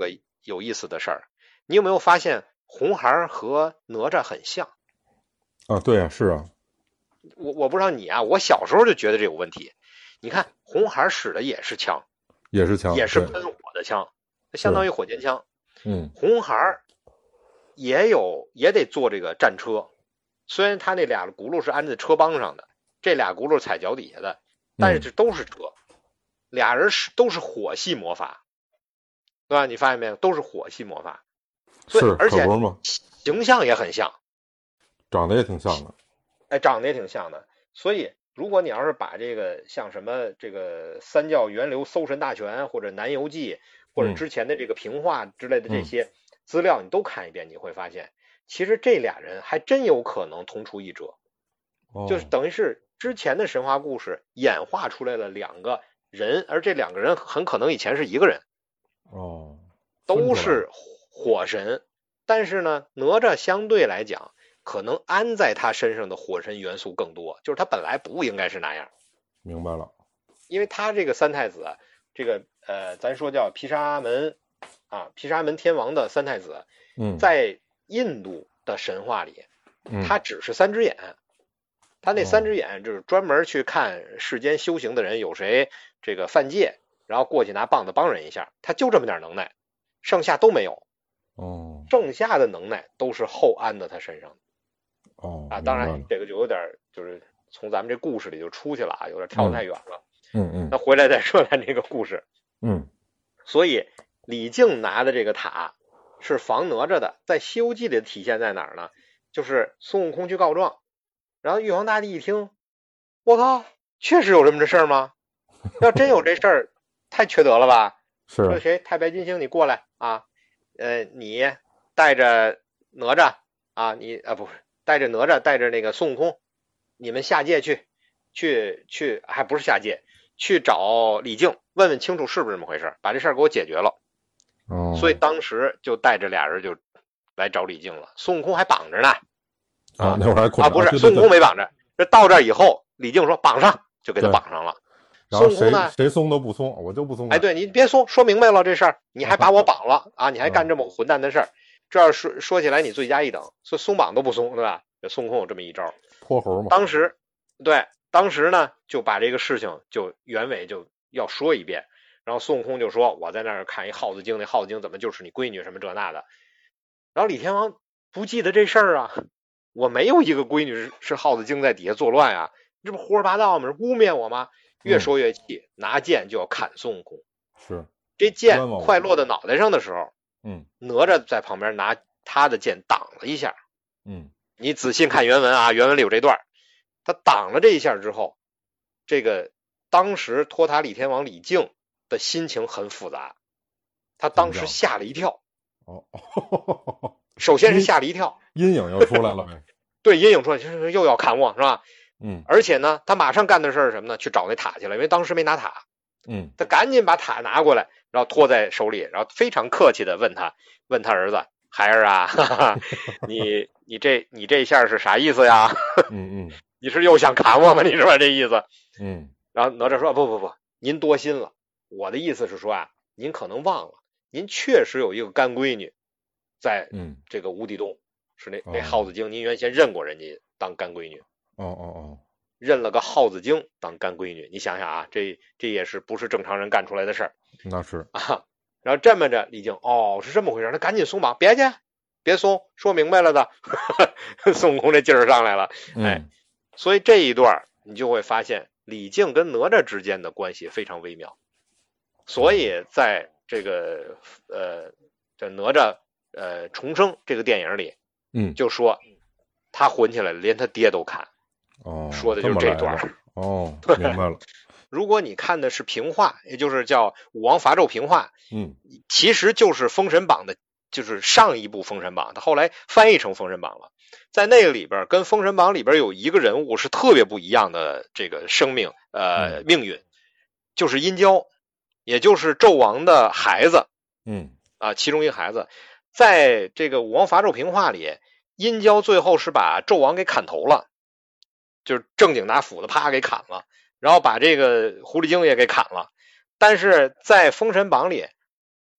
有意思的事儿，你有没有发现红孩和哪吒很像啊？对啊，是啊。 我我不知道你啊，我小时候就觉得这有问题。你看红孩使的也是枪， 也是枪， 也是喷火的枪，相当于火箭枪。 嗯， 红孩也有也得做这个战车，虽然他那俩轱辘是安在车帮上的，这俩轱辘踩脚底下的，但是这都是车。嗯，俩人是都是火系魔法，对吧？你发现没有？都是火系魔法， 是， 而且形象也很像， 长得也挺像的。 哎，长得也挺像的。所以，如果你要是把这个像什么这个三教源流搜神大全，或者南游记，或者之前的这个平话之类的这些资料，你都看一遍，你会发现，其实这俩人还真有可能同出一辙， 哦、 就是等于是之前的神话故事演化出来了两个人，而这两个人很可能以前是一个人， 哦， 都是火神，但是呢，哪吒相对来讲，可能安在他身上的火神元素更多，就是他本来不应该是那样。 明白了， 因为他这个三太子，这个呃，咱说叫毗沙门啊，毗沙门天王的三太子， 嗯， 在印度的神话里，他只是三只眼。嗯，他那三只眼就是专门去看世间修行的人有谁这个犯戒，然后过去拿棒子帮人一下，他就这么点能耐，剩下都没有。 哦， 剩下的能耐都是后安的他身上的。 哦， 啊，当然这个就有点就是从咱们这故事里就出去了啊，有点跳太远了。 嗯嗯， 那回来再说咱这个故事。 嗯， 所以李靖拿的这个塔是防哪吒的，在《西游记》里的体现在哪儿呢？就是孙悟空去告状。然后玉皇大帝一听，我靠，确实有这么这事儿吗？要真有这事儿，太缺德了吧？ 是。 说谁？太白金星，你过来啊！呃，你带着哪吒啊，你啊不是带着哪吒，带着那个孙悟空，你们下界去，去去，还不是下界，去找李靖，问问清楚是不是这么回事，把这事儿给我解决了。 哦。 所以当时就带着俩人就来找李靖了，孙悟空还绑着呢。 啊，那会儿还捆啊，不是，孙悟空没绑着。这到这以后，李靖说绑上，就给他绑上了。 孙悟空呢，谁松都不松，我就不松。 哎，对你别松，说明白了这事儿，你还把我绑了啊？你还干这么混蛋的事儿，这要说说起来你罪加一等，说松绑都不松，对吧？孙悟空有这么一招， 泼猴嘛。 当时，对，当时呢就把这个事情就原委就要说一遍，然后孙悟空就说：“我在那儿看一耗子精，那耗子精怎么就是你闺女什么这那的。”然后李天王不记得这事儿啊。我没有一个闺女是是耗子精在底下作乱啊，这不胡说八道吗？污蔑我吗？越说越气，嗯、拿剑就要砍孙悟空。 是， 这剑快落到脑袋上的时候， 嗯， 哪吒在旁边拿他的剑挡了一下。 嗯， 你仔细看原文啊，原文里有这段，他挡了这一下之后，这个当时托塔李天王李靖的心情很复杂，他当时吓了一跳。 哦。 首先是吓了一跳， 阴影又出来了呗。 对，阴影出来，就是又要砍我，是吧？ 嗯。 而且呢，他马上干的事是什么呢？去找那塔去了，因为当时没拿塔。 嗯。 他赶紧把塔拿过来，然后托在手里，然后非常客气的问他，问他儿子：“孩儿啊，哈哈你你这你这下是啥意思呀？ 嗯嗯。 你是又想砍我吗？你是吧这意思？ 嗯。 然后哪吒说：不不不，您多心了。我的意思是说啊，您可能忘了，您确实有一个干闺女。”在这个无底洞，嗯、是那那耗子精，您原先认过人家当干闺女。 哦哦哦， 认了个耗子精当干闺女，你想想啊，这这也是不是正常人干出来的事儿？ 那是啊。然后这么着，李靖哦是这么回事，那赶紧松绑，别去，别松，说明白了的。孙悟空这劲儿上来了，哎， 嗯、 所以这一段你就会发现李靖跟哪吒之间的关系非常微妙。所以在这个呃这哪吒。呃，重生这个电影里， 嗯， 就说他混起来连他爹都砍， 哦， 说的就是这段。 哦，明白了。 如果你看的是平话，也就是叫《武王伐纣平话》， 嗯， 其实就是《封神榜》的，就是上一部《封神榜》，它后来翻译成《封神榜》了。在那个里边，跟《封神榜》里边有一个人物是特别不一样的这个生命，呃， 嗯、 命运，就是殷郊，也就是纣王的孩子， 嗯， 啊，其中一个孩子。在这个武王伐纣平话里，殷郊最后是把纣王给砍头了，就是正经拿斧子啪给砍了，然后把这个狐狸精也给砍了。但是在封神榜里，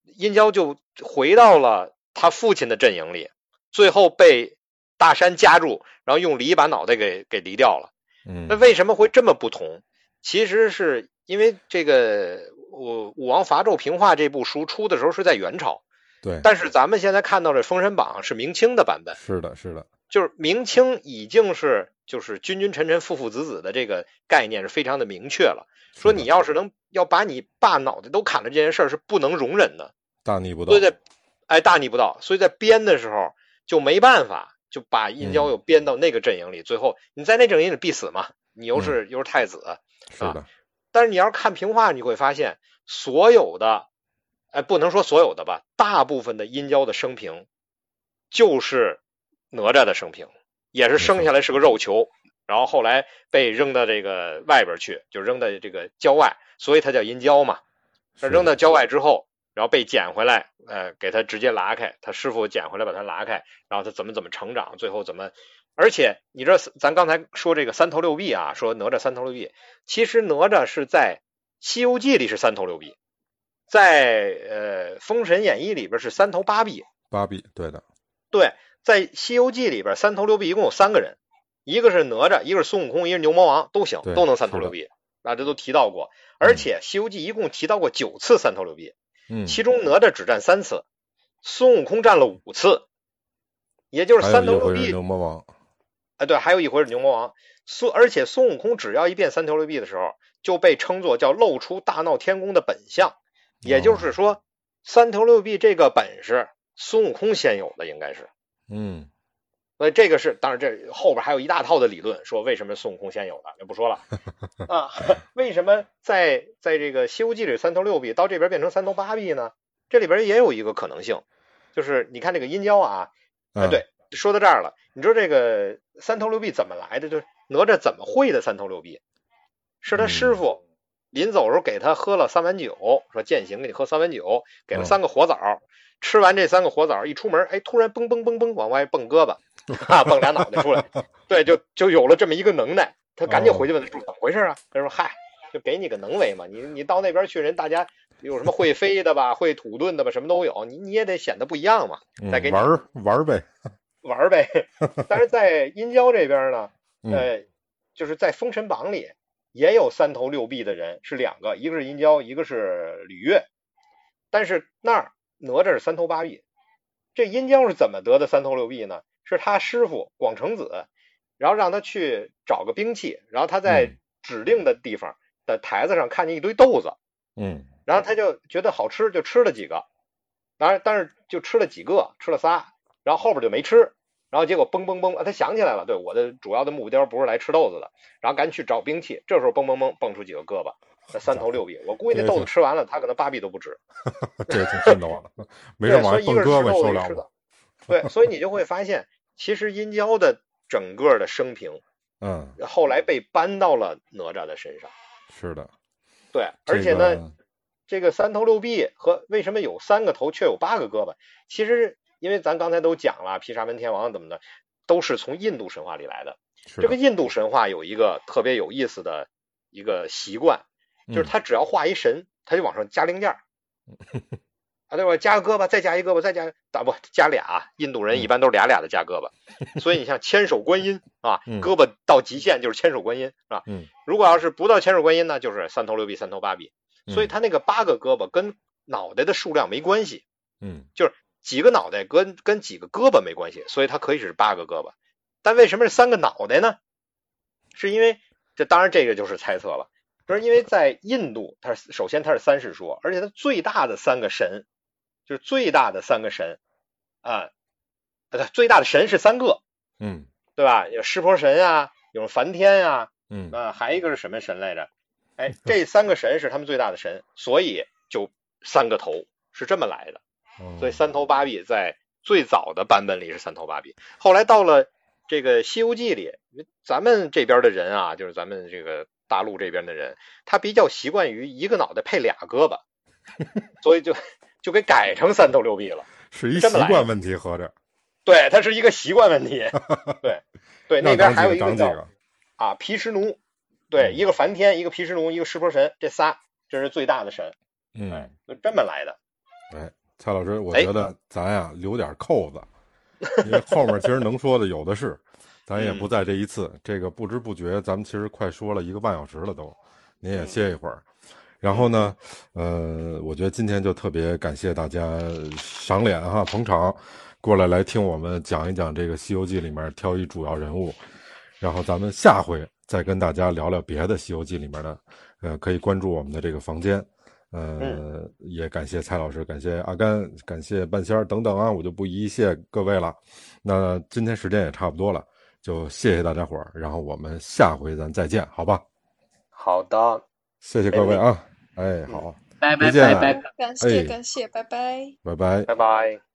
殷郊就回到了他父亲的阵营里，最后被大山夹住，然后用犁把脑袋给给犁掉了。 嗯， 那为什么会这么不同？其实是因为这个武武王伐纣平话这部书出的时候是在元朝， 对， 但是咱们现在看到的《封神榜》是明清的版本。 是的，是的， 就是明清已经是就是君君臣臣父父子子的这个概念是非常的明确了，说你要是能要把你爸脑袋都砍了这件事儿是不能容忍的， 大逆不道。 所以在哎大逆不道，所以在编的时候就没办法，就把殷郊又编到那个阵营里，嗯、最后你在那阵营里必死嘛，你又是、嗯、又是太子， 是的、啊。 但是你要是看平话，你会发现所有的，哎，不能说所有的吧，大部分的殷郊的生平就是哪吒的生平，也是生下来是个肉球，然后后来被扔到这个外边去，就扔到这个郊外，所以他叫殷郊嘛。扔到郊外之后，然后被捡回来，呃，给他直接拉开，他师傅捡回来把他拉开，然后他怎么怎么成长，最后怎么，而且你知道咱刚才说这个三头六臂啊，说哪吒三头六臂，其实哪吒是在《西游记》里是三头六臂，在呃《封神演义》里边是三头八臂。 八臂，对的， 对。在《西游记》里边，三头六臂一共有三个人，一个是哪吒，一个是孙悟空，一个是牛魔王，都行，都能三头六臂。啊，这都提到过。而且《西游记》一共提到过九次三头六臂，嗯，其中哪吒只占三次，孙悟空占了五次，也就是三头六臂。 牛魔王， 哎，对，还有一回是牛魔王。孙而且孙悟空只要一变三头六臂的时候，就被称作叫露出大闹天宫的本相，也就是说，哦、三头六臂这个本事，孙悟空先有的，应该是。 嗯， 所以这个是，当然这后边还有一大套的理论，说为什么孙悟空先有的，就不说了啊。为什么在在这个《西游记》里三头六臂，到这边变成三头八臂呢？这里边也有一个可能性，就是你看这个殷郊啊，哎，对，说到这儿了，你知道这个三头六臂怎么来的？就是哪吒怎么会的三头六臂？是他师傅临走的时候给他喝了三碗酒，说践行给你喝三碗酒，给了三个活枣。嗯，吃完这三个活枣，一出门，哎，突然蹦蹦蹦蹦往外蹦胳膊，啊，蹦俩脑袋出来，对，就就有了这么一个能耐。他赶紧回去问他怎么回事啊？他说：“嗨，就给你个能为嘛，你你到那边去，人大家有什么会飞的吧，会土遁的吧，什么都有，你你也得显得不一样嘛。再给你玩玩呗， 玩呗。但是在殷郊这边呢，呃，就是在《封神榜》里也有三头六臂的人，是两个，一个是殷郊，一个是吕岳，但是那儿。哪吒是三头八臂，这殷郊是怎么得的三头六臂呢？是他师傅广成子，然后让他去找个兵器，然后他在指定的地方的台子上看见一堆豆子， 嗯， 然后他就觉得好吃，就吃了几个，当然但是就吃了几个，吃了仨，然后后边就没吃，然后结果嘣嘣嘣，他想起来了，对，我的主要的目标不是来吃豆子的，然后赶紧去找兵器，这时候嘣嘣嘣蹦出几个胳膊。那三头六臂，我估计那豆子吃完了，他可能八臂都不止。 这挺瘆得慌的，没事往蹦胳膊受了了。对，所以你就会发现，其实殷郊的整个的生平， 嗯， 后来被搬到了哪吒的身上。 是的， 对，而且呢， 这个、 这个三头六臂和为什么有三个头却有八个胳膊？其实因为咱刚才都讲了，毗沙门天王怎么的，都是从印度神话里来的。 的这个印度神话有一个特别有意思的一个习惯。就是他只要画一神，他就往上加零件儿，啊，对吧？加个胳膊，再加一胳膊，再加打不加俩。印度人一般都是俩俩的加胳膊，所以你像千手观音啊，胳膊到极限就是千手观音啊。如果要是不到千手观音呢，就是三头六臂、三头八臂。所以他那个八个胳膊跟脑袋的数量没关系， 嗯， 就是几个脑袋跟跟几个胳膊没关系，所以它可以是八个胳膊。但为什么是三个脑袋呢？是因为这当然这个就是猜测了。就是因为在印度，它首先它是三世说，而且它最大的三个神，就是最大的三个神啊，呃，最大的神是三个， 嗯， 对吧？有湿婆神啊，有梵天啊， 嗯啊，还一个是什么神来着？哎，这三个神是他们最大的神，所以就三个头是这么来的。所以三头八臂在最早的版本里是三头八臂，后来到了这个《西游记》里，咱们这边的人啊，就是咱们这个。大陆这边的人，他比较习惯于一个脑袋配俩胳膊，所以就就给改成三头六臂了， 是一习惯问题，合着。 对，它是一个习惯问题。对对，那边还有一个叫个啊毗湿奴，对，嗯、一个梵天，一个毗湿奴，一个湿婆神，这仨这是最大的神， 嗯， 就这么来的。 哎， 蔡老师，我觉得咱呀留点扣子，因为后面其实能说的有的是，咱也不在这一次。嗯、这个不知不觉，咱们其实快说了一个半小时了都，您也歇一会儿。然后呢，呃，我觉得今天就特别感谢大家赏脸哈，捧场过来来听我们讲一讲这个《西游记》里面挑一主要人物，然后咱们下回再跟大家聊聊别的《西游记》里面的，呃，可以关注我们的这个房间。呃、嗯，也感谢蔡老师，感谢阿甘，感谢半仙儿等等啊，我就不一一谢各位了。那今天时间也差不多了，就谢谢大家伙儿，然后我们下回咱再见，好吧？ 好的， 谢谢各位啊，哎，好， 拜拜拜拜，感谢感谢，拜拜， 拜拜， 拜拜。